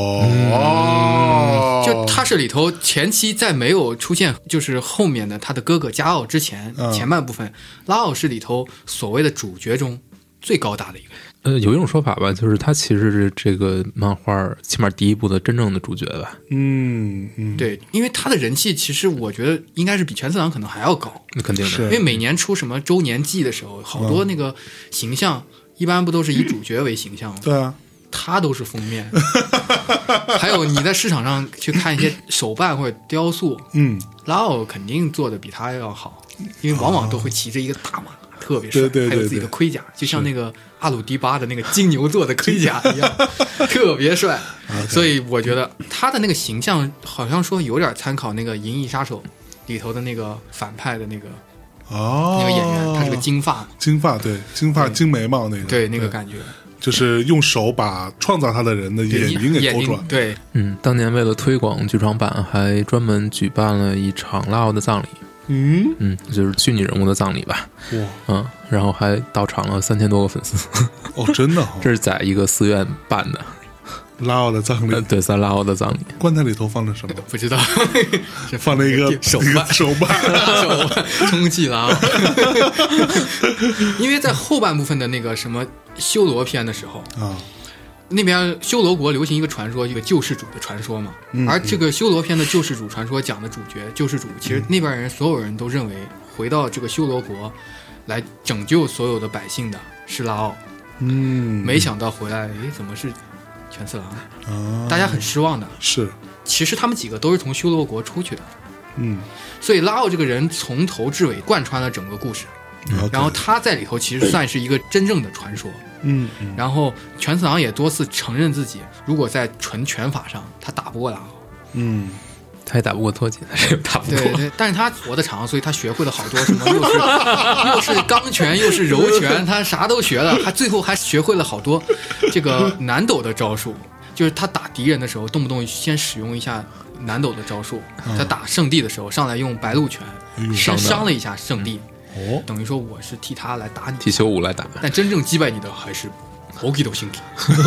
就他是里头前期在没有出现就是后面的他的哥哥加奥之前，前半部分拉奥是里头所谓的主角中最高大的一个人。 有一种说法吧，就是他其实是这个漫画起码第一部的真正的主角吧。 对，因为他的人气其实我觉得应该是比全次郎可能还要高。 那肯定的， 因为每年出什么周年季的时候，好多那个形象一般不都是以主角为形象吗？ 对啊， 他都是封面。还有你在市场上去看一些手办或者雕塑，拉奥肯定做的比他要好，因为往往都会骑着一个大马，特别帅，还有自己的盔甲，就像那个阿鲁迪巴的那个金牛座的盔甲一样，特别帅。所以我觉得他的那个形象好像说有点参考那个《银翼杀手》里头的那个反派的那个那个演员，他是个金发， 对，金发金眉毛那个， 对那个感觉。 就是用手把创造他的人的眼睛给勾出来。 对， 当年为了推广剧场版，还专门举办了一场拉奥的葬礼。就是虚拟人物的葬礼吧。然后还到场了3000多个粉丝。 真的这是在一个寺院办的。 拉奥的葬礼， 对，在拉奥的葬礼。 棺材里头放了什么？ 不知道， 放了一个手办， 充气拉奥。因为在后半部分的那个什么修罗篇的时候啊， 那边修罗国流行一个传说，一个救世主的传说嘛。而这个修罗篇的救世主传说讲的主角救世主，其实那边人所有人都认为回到这个修罗国来拯救所有的百姓的是拉奥。没想到回来，怎么是全次郎？大家很失望的。 是， 其实他们几个都是从修罗国出去的。所以拉奥这个人从头至尾贯穿了整个故事。然后他在里头其实算是一个真正的传说。然后全次郎也多次承认自己，如果在纯拳法上，他打不过拉奥。 他也打不过托吉，他也打不过。 对，但是他活得长，所以他学会了好多什么，又是钢拳，又是柔拳，他啥都学了，他最后还学会了好多这个南斗的招数。就是他打敌人的时候，动不动先使用一下南斗的招数。他打圣地的时候，上来用白鹿拳，先伤了一下圣地。等于说我是替他来打你， 替修武来打。 但真正击败你的还是Oki do Shinki。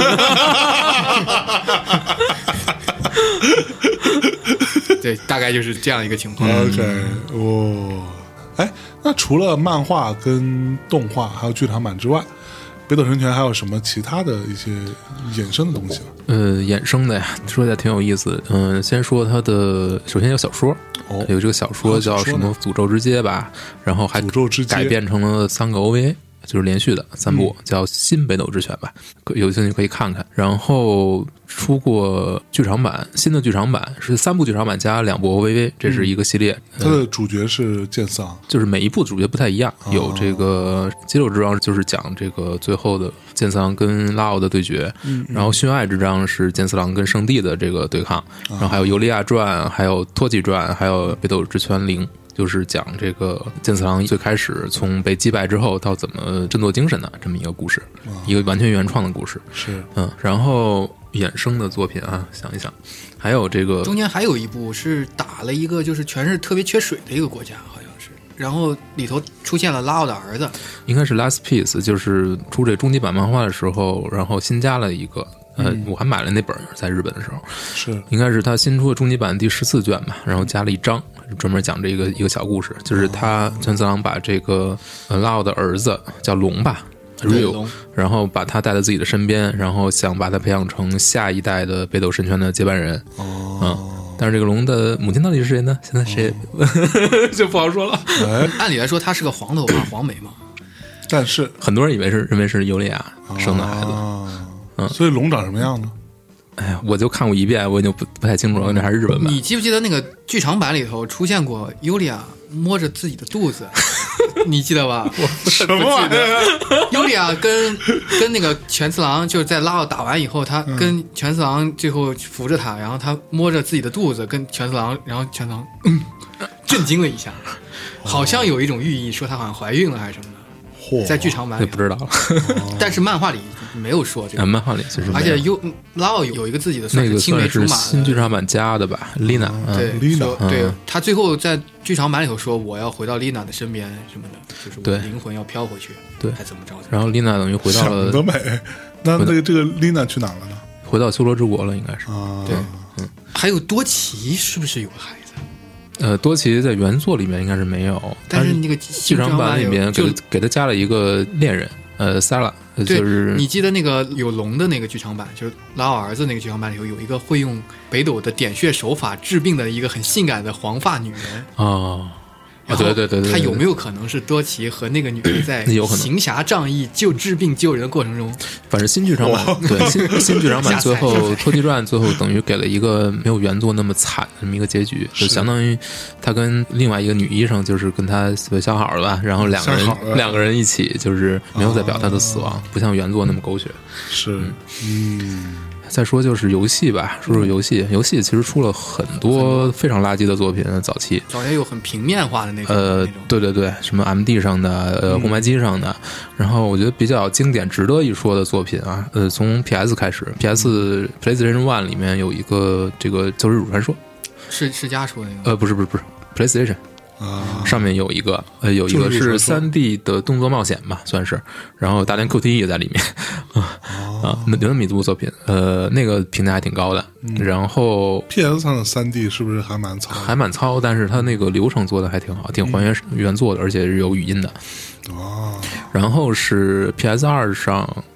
对，大概就是这样一个情况。 OK， 那除了漫画跟动画还有剧场版之外，北斗神拳还有什么其他的一些衍生的东西吗？ 衍生的呀，说起来挺有意思。先说它的，首先有小说，有这个小说叫什么《诅咒之街》吧，然后还改编成了3个 OVA。就是连续的3部，叫新北斗之拳吧，有兴趣可以看看。然后出过剧场版，新的剧场版是3部剧场版加2部 OVA， 这是一个系列。 它的主角是剑四郎， 就是每一部主角不太一样。有这个《激斗之章》就是讲这个最后的剑四郎跟拉奥的对决，然后《殉爱之章》是剑四郎跟圣地的这个对抗，然后还有《尤利亚传》，还有《托吉传》，还有《北斗之拳0》。就是讲这个剑四郎最开始从被击败之后到怎么振作精神的这么一个故事，一个完全原创的故事。 是， 然后衍生的作品啊，想一想，还有这个中间还有一部是打了一个就是全是特别缺水的一个国家，好像是，然后里头出现了拉奥的儿子， 应该是 Last Piece， 就是出这终极版漫画的时候，然后新加了一个。我还买了那本，在日本的时候， 是应该是他新出的终极版第14卷吧，然后加了一章，专门讲这一个小故事，就是他全次郎把这个拉奥的儿子叫龙吧，Ryu，然后把他带在自己的身边，然后想把他培养成下一代的北斗神拳的接班人。但是这个龙的母亲到底是谁呢？现在谁就不好说了。 按理来说，他是个黄头发黄眉嘛， 但是很多人认为是尤利亚生的孩子。 所以龙长什么样呢？ 哎呀，我就看过一遍，我已经不太清楚了，那还是日本版。 你记不记得那个剧场版里头出现过尤利亚摸着自己的肚子？你记得吧？ 什么玩意儿？ 尤利亚跟那个全次郎就是在拉奥打完以后，他跟全次郎最后扶着他，然后他摸着自己的肚子跟全次郎，然后全次郎震惊了一下，好像有一种寓意，说他好像怀孕了还是什么的。在剧场版里不知道了， 但是漫画里没有说这个。 漫画里其实而且拉奥有一个自己的算是青梅竹马， 新剧场版加的吧 ，Lina。 对 ，Lina，对，他最后在剧场版里头说我要回到 Lina 的身边什么的，就是我的灵魂要飘回去， 对， 还怎么着？ 然后 Lina 等于回到了， 想得美。那这个 Lina 去哪了呢？ 回到修罗之国了，应该是。 对，还有多奇是不是有个孩子？ 多奇在原作里面应该是没有， 但是那个剧场版里面给他加了一个恋人，Sala， 就是你记得那个有龙的那个剧场版，就是拉奥儿子那个剧场版里头有一个会用北斗的点穴手法治病的一个很性感的黄发女人对，他有没有可能是多奇和那个女人在行侠仗义治病救人的过程中？ 反正新剧场版对新剧场版最后《托奇传》最后等于给了一个没有原作那么惨的这么一个结局，就相当于他跟另外一个女医生就是跟他相好了吧，然后两个人一起就是没有再表他的死亡，不像原作那么狗血。 是， 再说就是游戏吧，说游戏其实出了很多非常垃圾的作品，早期有很平面化的那种对，什么 MD 上的红白机上的，然后我觉得比较经典值得一说的作品啊，从 PS 开始 PS PlayStation 1 里面有一个这个救世主传说， 是家出的那个不是 PlayStation上面有一个是 3D 的动作冒险吧，算是，然后大连 QTE 也在里面那有那么一部作品，那个评价还挺高的。然后 PS 上的 3D 是不是还蛮糙？ 但是它那个流程做的还挺好，挺还原原作的，而且是有语音的。然后是 PS2 上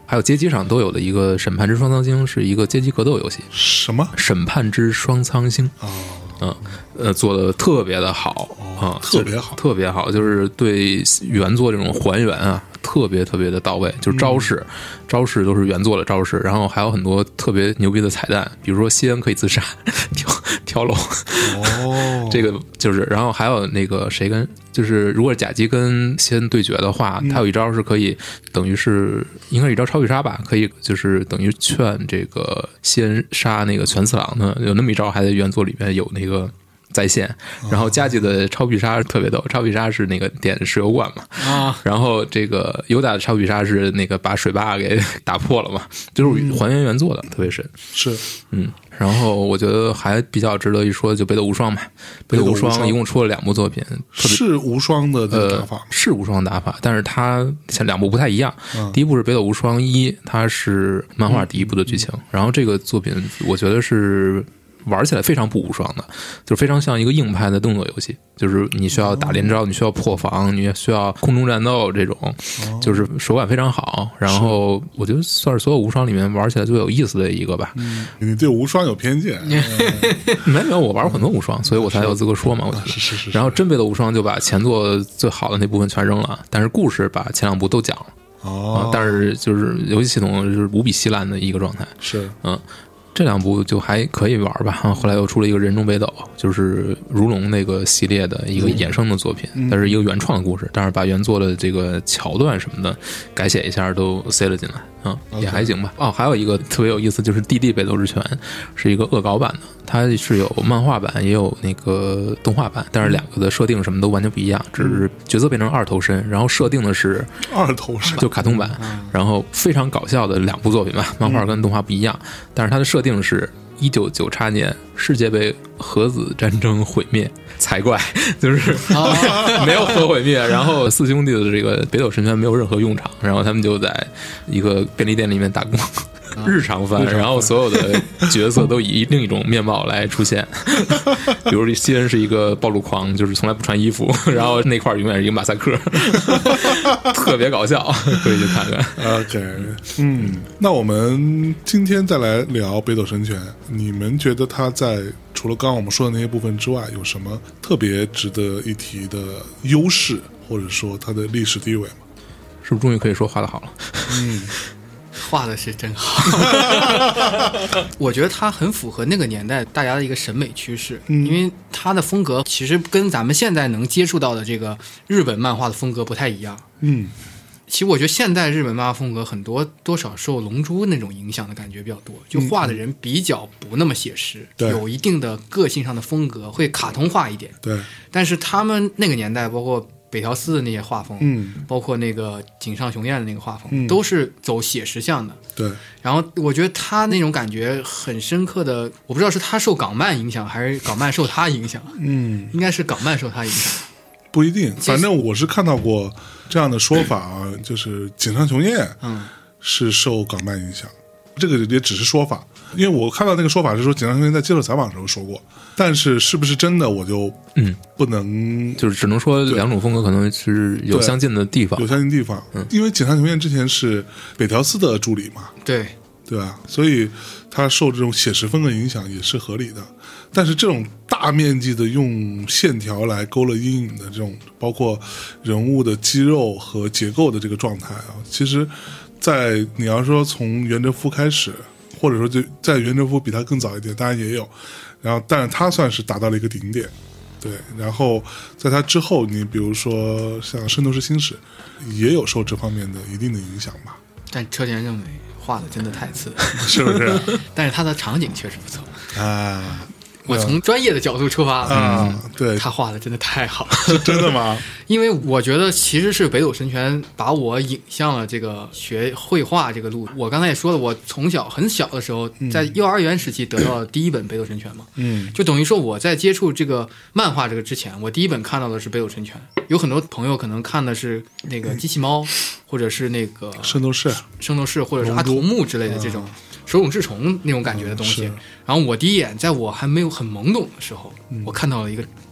还有街机上都有的一个《审判之双苍星》，是一个街机格斗游戏。 什么？ 审判之双苍星做的特别的好特别好， 特别好，就是对原作这种还原啊，特别特别的到位。就是招式都是原作的招式，然后还有很多特别牛逼的彩蛋，比如说西恩可以自杀跳楼这个就是，然后还有那个谁跟就是如果甲基跟西恩对决的话，他有一招是可以等于是应该是一招超必杀吧，可以就是等于劝这个西恩杀那个全次郎的，有那么一招还在原作里面有那个在线。然后加吉的超必杀特别逗，超必杀是那个点石油罐嘛，然后这个尤达的超必杀是那个把水坝给打破了嘛，就是还原原作的，特别神。 是然后我觉得还比较值得一说的就北斗无双嘛，北斗无双一共出了2部作品， 是无双的打法是无双打法，但是它前2部不太一样。第一部是北斗无双1，它是漫画第一部的剧情，然后这个作品我觉得是玩起来非常不无双的，就是非常像一个硬派的动作游戏，就是你需要打连招，你需要破防，你需要空中战斗，这种就是手感非常好。然后我觉得算是所有无双里面玩起来最有意思的一个吧。 你对无双有偏见？ 没有，我玩过很多无双，所以我才有资格说嘛。我觉得是。 然后真北斗无双就把前作最好的那部分全扔了，但是故事把前2部都讲了。但是就是游戏系统就是无比稀烂的一个状态。 是这2部就还可以玩吧，后来又出了一个人中北斗，就是如龙那个系列的一个衍生的作品，但是一个原创的故事，但是把原作的这个桥段什么的改写一下都塞了进来，也还行吧。还有一个特别有意思，就是《DD 北斗之拳》是一个恶搞版的，它是有漫画版也有那个动画版，但是2个的设定什么都完全不一样，只是角色变成2头身，然后设定的是 2头身， 就卡通版，然后非常搞笑的2部作品吧，漫画跟动画不一样，但是它的设定是1998年世界杯核子战争毁灭才怪，就是没有核毁灭，然后4兄弟的这个北斗神拳没有任何用场，然后他们就在一个便利店里面打工，日常番，然后所有的角色都以另一种面貌来出现，比如西恩是一个暴露狂，就是从来不穿衣服，然后那块永远是一个马赛克，特别搞笑，可以去看看。 OK， 那我们今天再来聊北斗神拳，你们觉得它在除了刚刚我们说的那些部分之外，有什么特别值得一提的优势，或者说它的历史地位吗？ 是不是终于可以说画得好了？ 画的是真好。我觉得它很符合那个年代大家的一个审美趋势，因为它的风格其实跟咱们现在能接触到的这个日本漫画的风格不太一样。其实我觉得现代日本漫画风格很多少受龙珠那种影响的感觉比较多，就画的人比较不那么写实，有一定的个性上的风格，会卡通化一点。 对， 但是他们那个年代，包括北条司的那些画风，包括那个井上雄彦的那个画风，都是走写实向的。 对， 然后我觉得他那种感觉很深刻的，我不知道是他受港漫影响，还是港漫受他影响。应该是港漫受他影响。 不一定，反正我是看到过这样的说法啊，就是井上雄彦是受港漫影响，这个也只是说法，因为我看到那个说法是说井上雄彦在接受采访的时候说过，但是是不是真的我就不能， 就是只能说2种风格可能是有相近的地方， 有相近地方，因为井上雄彦之前是北条司的助理嘛， 对吧？所以他受这种写实风格影响也是合理的。但是这种大面积的用线条来勾勒阴影的这种，包括人物的肌肉和结构的这个状态啊，其实在你要说从袁哲夫开始，或者说就在袁哲夫比他更早一点，当然也有，然后但是他算是达到了一个顶点，对，然后在他之后，你比如说像《圣斗士星矢》也有受这方面的一定的影响吧。 但车田正美画的真的太次， 是不是？ 但是他的场景确实不错啊。 我从专业的角度出发对， 他画的真的太好了。 是真的吗？ 因为我觉得其实是北斗神拳把我引向了这个学绘画这个路。我刚才也说了，我从小很小的时候，在幼儿园时期得到了第一本北斗神拳嘛，就等于说我在接触这个漫画这个之前，我第一本看到的是北斗神拳。有很多朋友可能看的是那个机器猫，或者是那个圣斗士， 或者是阿童木之类的这种手冢治虫那种感觉的东西。然后我第一眼在我还没有很懵懂的时候，我看到了一个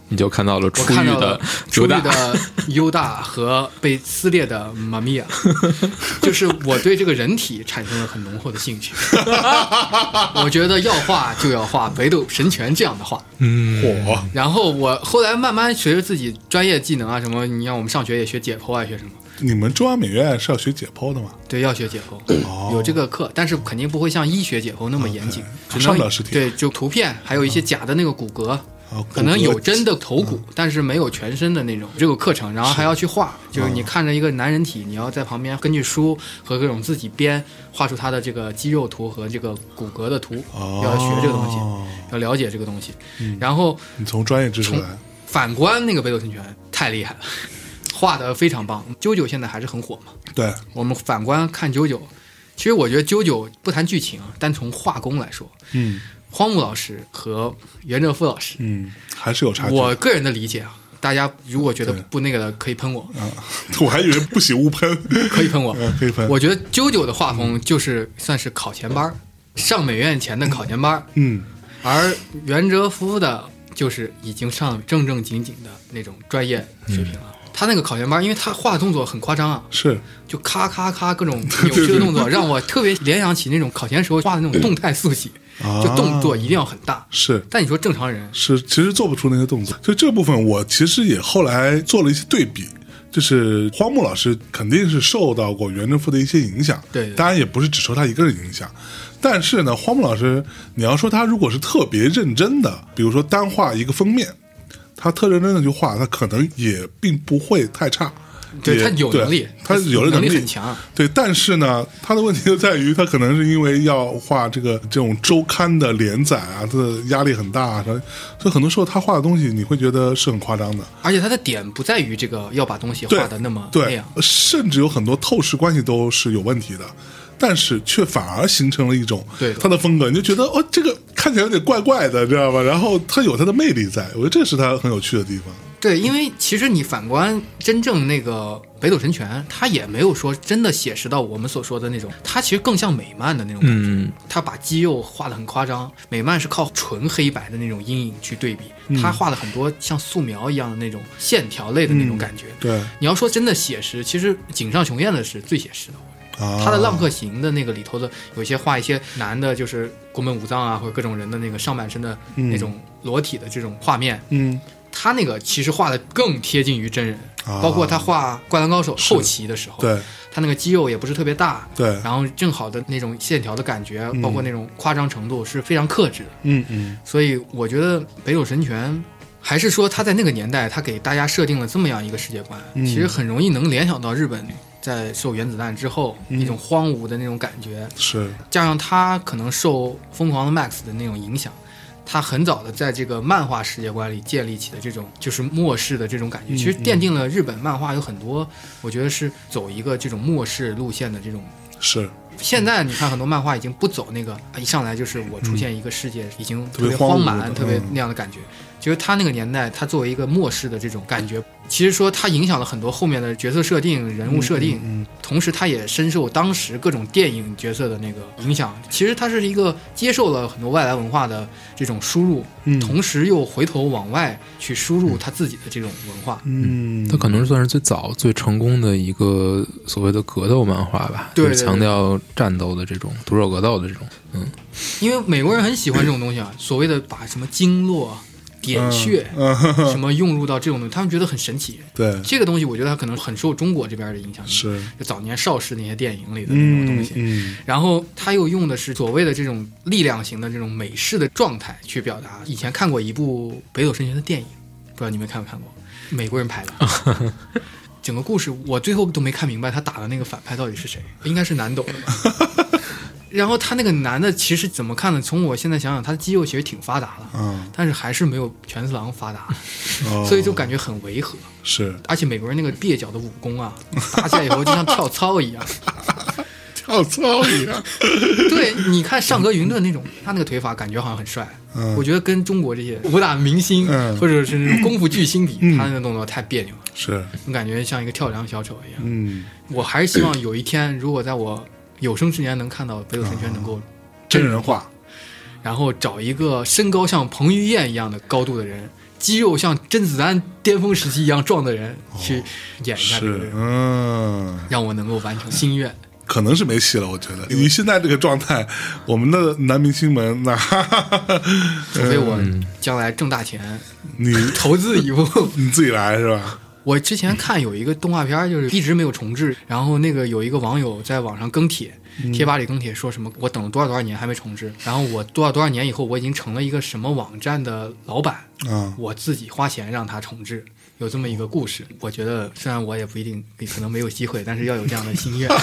你就看到了出狱的犹大和被撕裂的玛米亚，就是我对这个人体产生了很浓厚的兴趣。我觉得要画就要画北斗神拳这样的画。然后我后来慢慢随着自己专业技能啊什么，你像我们上学也学解剖啊，学什么。 你们中央美院是要学解剖的吗？ 对，要学解剖，有这个课，但是肯定不会像医学解剖那么严谨，只能上不了实体。 对，就图片，还有一些假的那个骨骼。可能有真的头骨，但是没有全身的那种这个课程，然后还要去画，就是你看着一个男人体，你要在旁边根据书和各种自己编画出他的这个肌肉图和这个骨骼的图，要学这个东西，要了解这个东西。然后你从专业知识来反观那个北斗神拳太厉害了，画的非常棒。JoJo现在还是很火嘛？对，我们反观看JoJo，其实我觉得JoJo不谈剧情，单从画工来说，荒木老师和袁哲夫老师， 还是有差距。 我个人的理解啊，大家如果觉得不那个的，可以喷我。 我还以为不喜勿喷， 可以喷我， 可以喷。 我觉得JoJo的画风就是算是考前班，上美院前的考前班。而袁哲夫的就是已经上正正经经的那种专业水平了。他那个考前班，因为他画的动作很夸张啊， 是就咔咔咔各种扭曲的动作，让我特别联想起那种考前时候画的那种动态速写。就动作一定要很大， 是。 但你说正常人是其实做不出那些动作，所以这部分我其实也后来做了一些对比，就是荒木老师肯定是受到过袁哲夫的一些影响， 对， 当然也不是只受他一个人影响。但是呢，荒木老师，你要说他如果是特别认真的，比如说单画一个封面，他特认真的去画，他可能也并不会太差。 对，他有能力， 他有能力很强。 对，但是呢，他的问题就在于，他可能是因为要画这种周刊的连载啊，他的压力很大啊，所以很多时候他画的东西你会觉得是很夸张的。 而且他的点不在于这个要把东西画的那么那样， 甚至有很多透视关系都是有问题的。但是却反而形成了一种他的风格，你就觉得这个看起来有点怪怪的，知道吧？然后他有他的魅力在，我觉得这是他很有趣的地方。 对，因为其实你反观真正那个北斗神拳，他也没有说真的写实到我们所说的那种，他其实更像美漫的那种感觉。他把肌肉画得很夸张，美漫是靠纯黑白的那种阴影去对比，他画了很多像素描一样的那种线条类的那种感觉。 对， 你要说真的写实，其实井上雄彦的是最写实的。他的浪客行的那个里头的有些画一些男的，就是宫本武藏啊，或者各种人的那个上半身的那种裸体的这种画面，他那个其实画的更贴近于真人，包括他画灌篮高手后期的时候， 对， 他那个肌肉也不是特别大， 对， 然后正好的那种线条的感觉，包括那种夸张程度是非常克制的，所以我觉得北斗神拳还是说他在那个年代他给大家设定了这么样一个世界观，其实很容易能联想到日本在受原子弹之后一种荒芜的那种感觉， 是加上他可能受疯狂的 Max 的那种影响，他很早的在这个漫画世界观里建立起的这种就是末世的这种感觉，其实奠定了日本漫画有很多我觉得是走一个这种末世路线的这种。 是现在你看很多漫画已经不走那个一上来就是我出现一个世界已经特别荒蛮特别那样的感觉，其实他那个年代他作为一个末世的这种感觉，其实说他影响了很多后面的角色设定人物设定，同时他也深受当时各种电影角色的那个影响，其实他是一个接受了很多外来文化的这种输入，同时又回头往外去输入他自己的这种文化， 他可能算是最早最成功的一个所谓的格斗漫画吧， 对， 就是强调战斗的这种徒手格斗的这种， 因为美国人很喜欢这种东西啊，所谓的把什么经络点穴什么用入到这种东西，他们觉得很神奇。 对， 这个东西我觉得它可能很受中国这边的影响， 是就早年邵氏那些电影里的那种东西，然后他又用的是所谓的这种力量型的这种美式的状态去表达。以前看过一部北斗神拳的电影，不知道你们看没看过，美国人拍的整个故事我最后都没看明白他打的那个反派到底是谁，应该是南斗的吧然后他那个男的其实怎么看呢，从我现在想想他的肌肉其实挺发达的，但是还是没有拳四郎发达，所以就感觉很违和。 是， 而且美国人那个蹩脚的武功啊，打起来以后就像跳操一样跳操一样对，你看上格云顿那种他那个腿法感觉好像很帅，我觉得跟中国这些武打明星或者是那种功夫巨星比，他那个动作太别扭了， 是我感觉像一个跳梁小丑一样。我还是希望有一天如果在我有生之年能看到北斗神拳能够真人化， 然后找一个身高像彭于晏一样的高度的人肌肉像甄子丹巅峰时期一样壮的人去演一下这个人，让我能够完成心愿。 可能是没戏了，我觉得以现在这个状态，我们的男明星们那， 除非我将来挣大钱， 你投资一部， 你自己来是吧？ 我之前看有一个动画片，就是一直没有重置，然后那个有一个网友在网上更帖，贴吧里更帖说什么我等了多少年还没重置，然后我多少年以后我已经成了一个什么网站的老板，我自己花钱让他重置。有这么一个故事，我觉得虽然我也不一定可能没有机会，但是要有这样的心愿。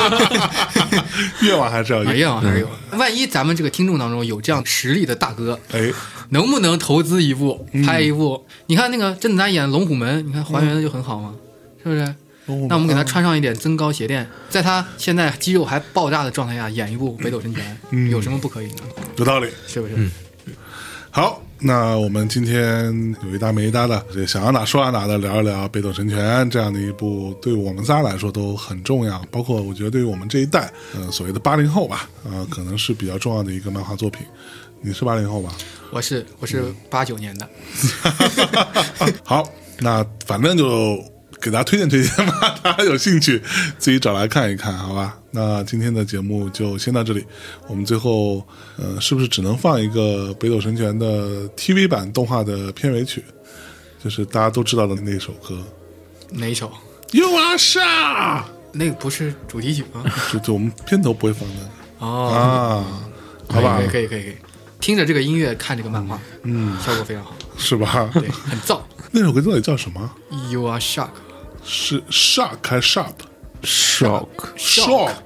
愿望还是要有， 愿望还是有。万一咱们这个听众当中有这样实力的大哥，能不能投资一部拍一部？你看那个甄子丹演《龙虎门》，你看还原的就很好嘛，是不是？那我们给他穿上一点增高鞋垫，在他现在肌肉还爆炸的状态下演一部《北斗神拳》，有什么不可以呢？ 有道理， 是不是？ 好，那我们今天有一搭没一搭的，想要哪说哪的聊一聊《北斗神拳》这样的一部对我们仨来说都很重要，包括我觉得对于我们这一代，所谓的80后吧，可能是比较重要的一个漫画作品。你是80后吧？ 我是89年的。 好，那反正就给大家推荐推荐吧，大家有兴趣自己找来看一看，好吧？那今天的节目就先到这里。我们最后，是不是只能放一个《北斗神拳》的 TV 版动画的片尾曲？就是大家都知道的那首歌。 哪一首 ？You are sharp。 那个不是主题曲吗？ 就我们片头不会放的。好吧， 可以。听着这个音乐看这个漫画，效果非常好， 是吧？ 对，很燥。 那首歌到底叫什么 ？You are shock。 是 shock 还是 sharp？shock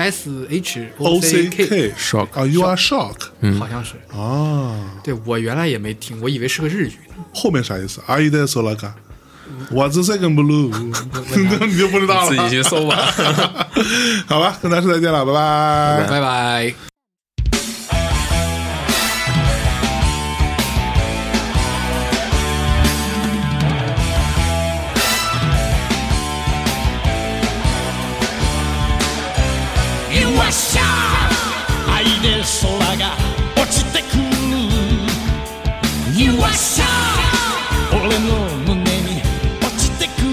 SHOCK shock 啊 ，You are shock， 好像是啊。 对，我原来也没听，我以为是个日语呢。 后面啥意思？阿姨的索拉卡。What's the second blue？ 你就不知道了， 自己去搜吧。 好吧，跟大家说再见了，拜拜， 拜拜。 愛で空が落ちてくる You are shy 俺の胸に落ちてくる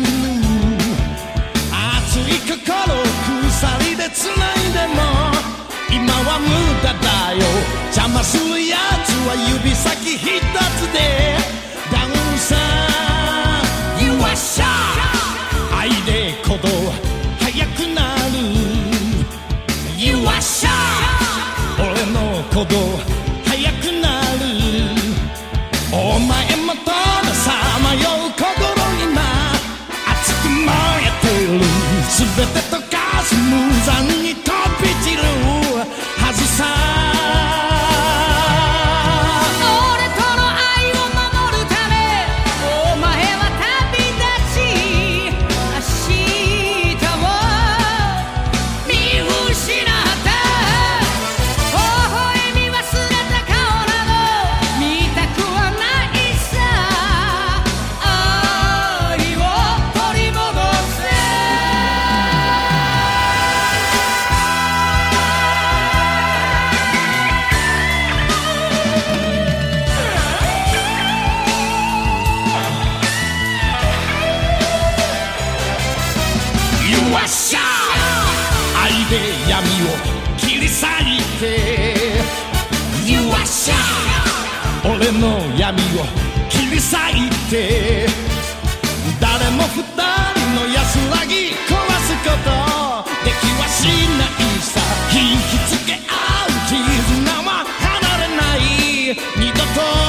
熱い心鎖で繋いでも今は無駄だよ邪魔するやつは指先一つでダウンさ You are shy 愛で鼓動速くなるYou are shy 俺の鼓動速くなるお前もとのさまよう心今熱く燃えてる全て溶かす無残に飛び散るはずさ俺との愛を守るためお前は旅立ち明日を見失った微笑み忘れた顔など見たくはないさ愛を取り戻せ You are shy 愛で闇を切り裂いて You are shy 俺の闇を切り裂いて誰も二人の安らぎ壊すことできはしないさ引きつけ合う絆は離れない二度と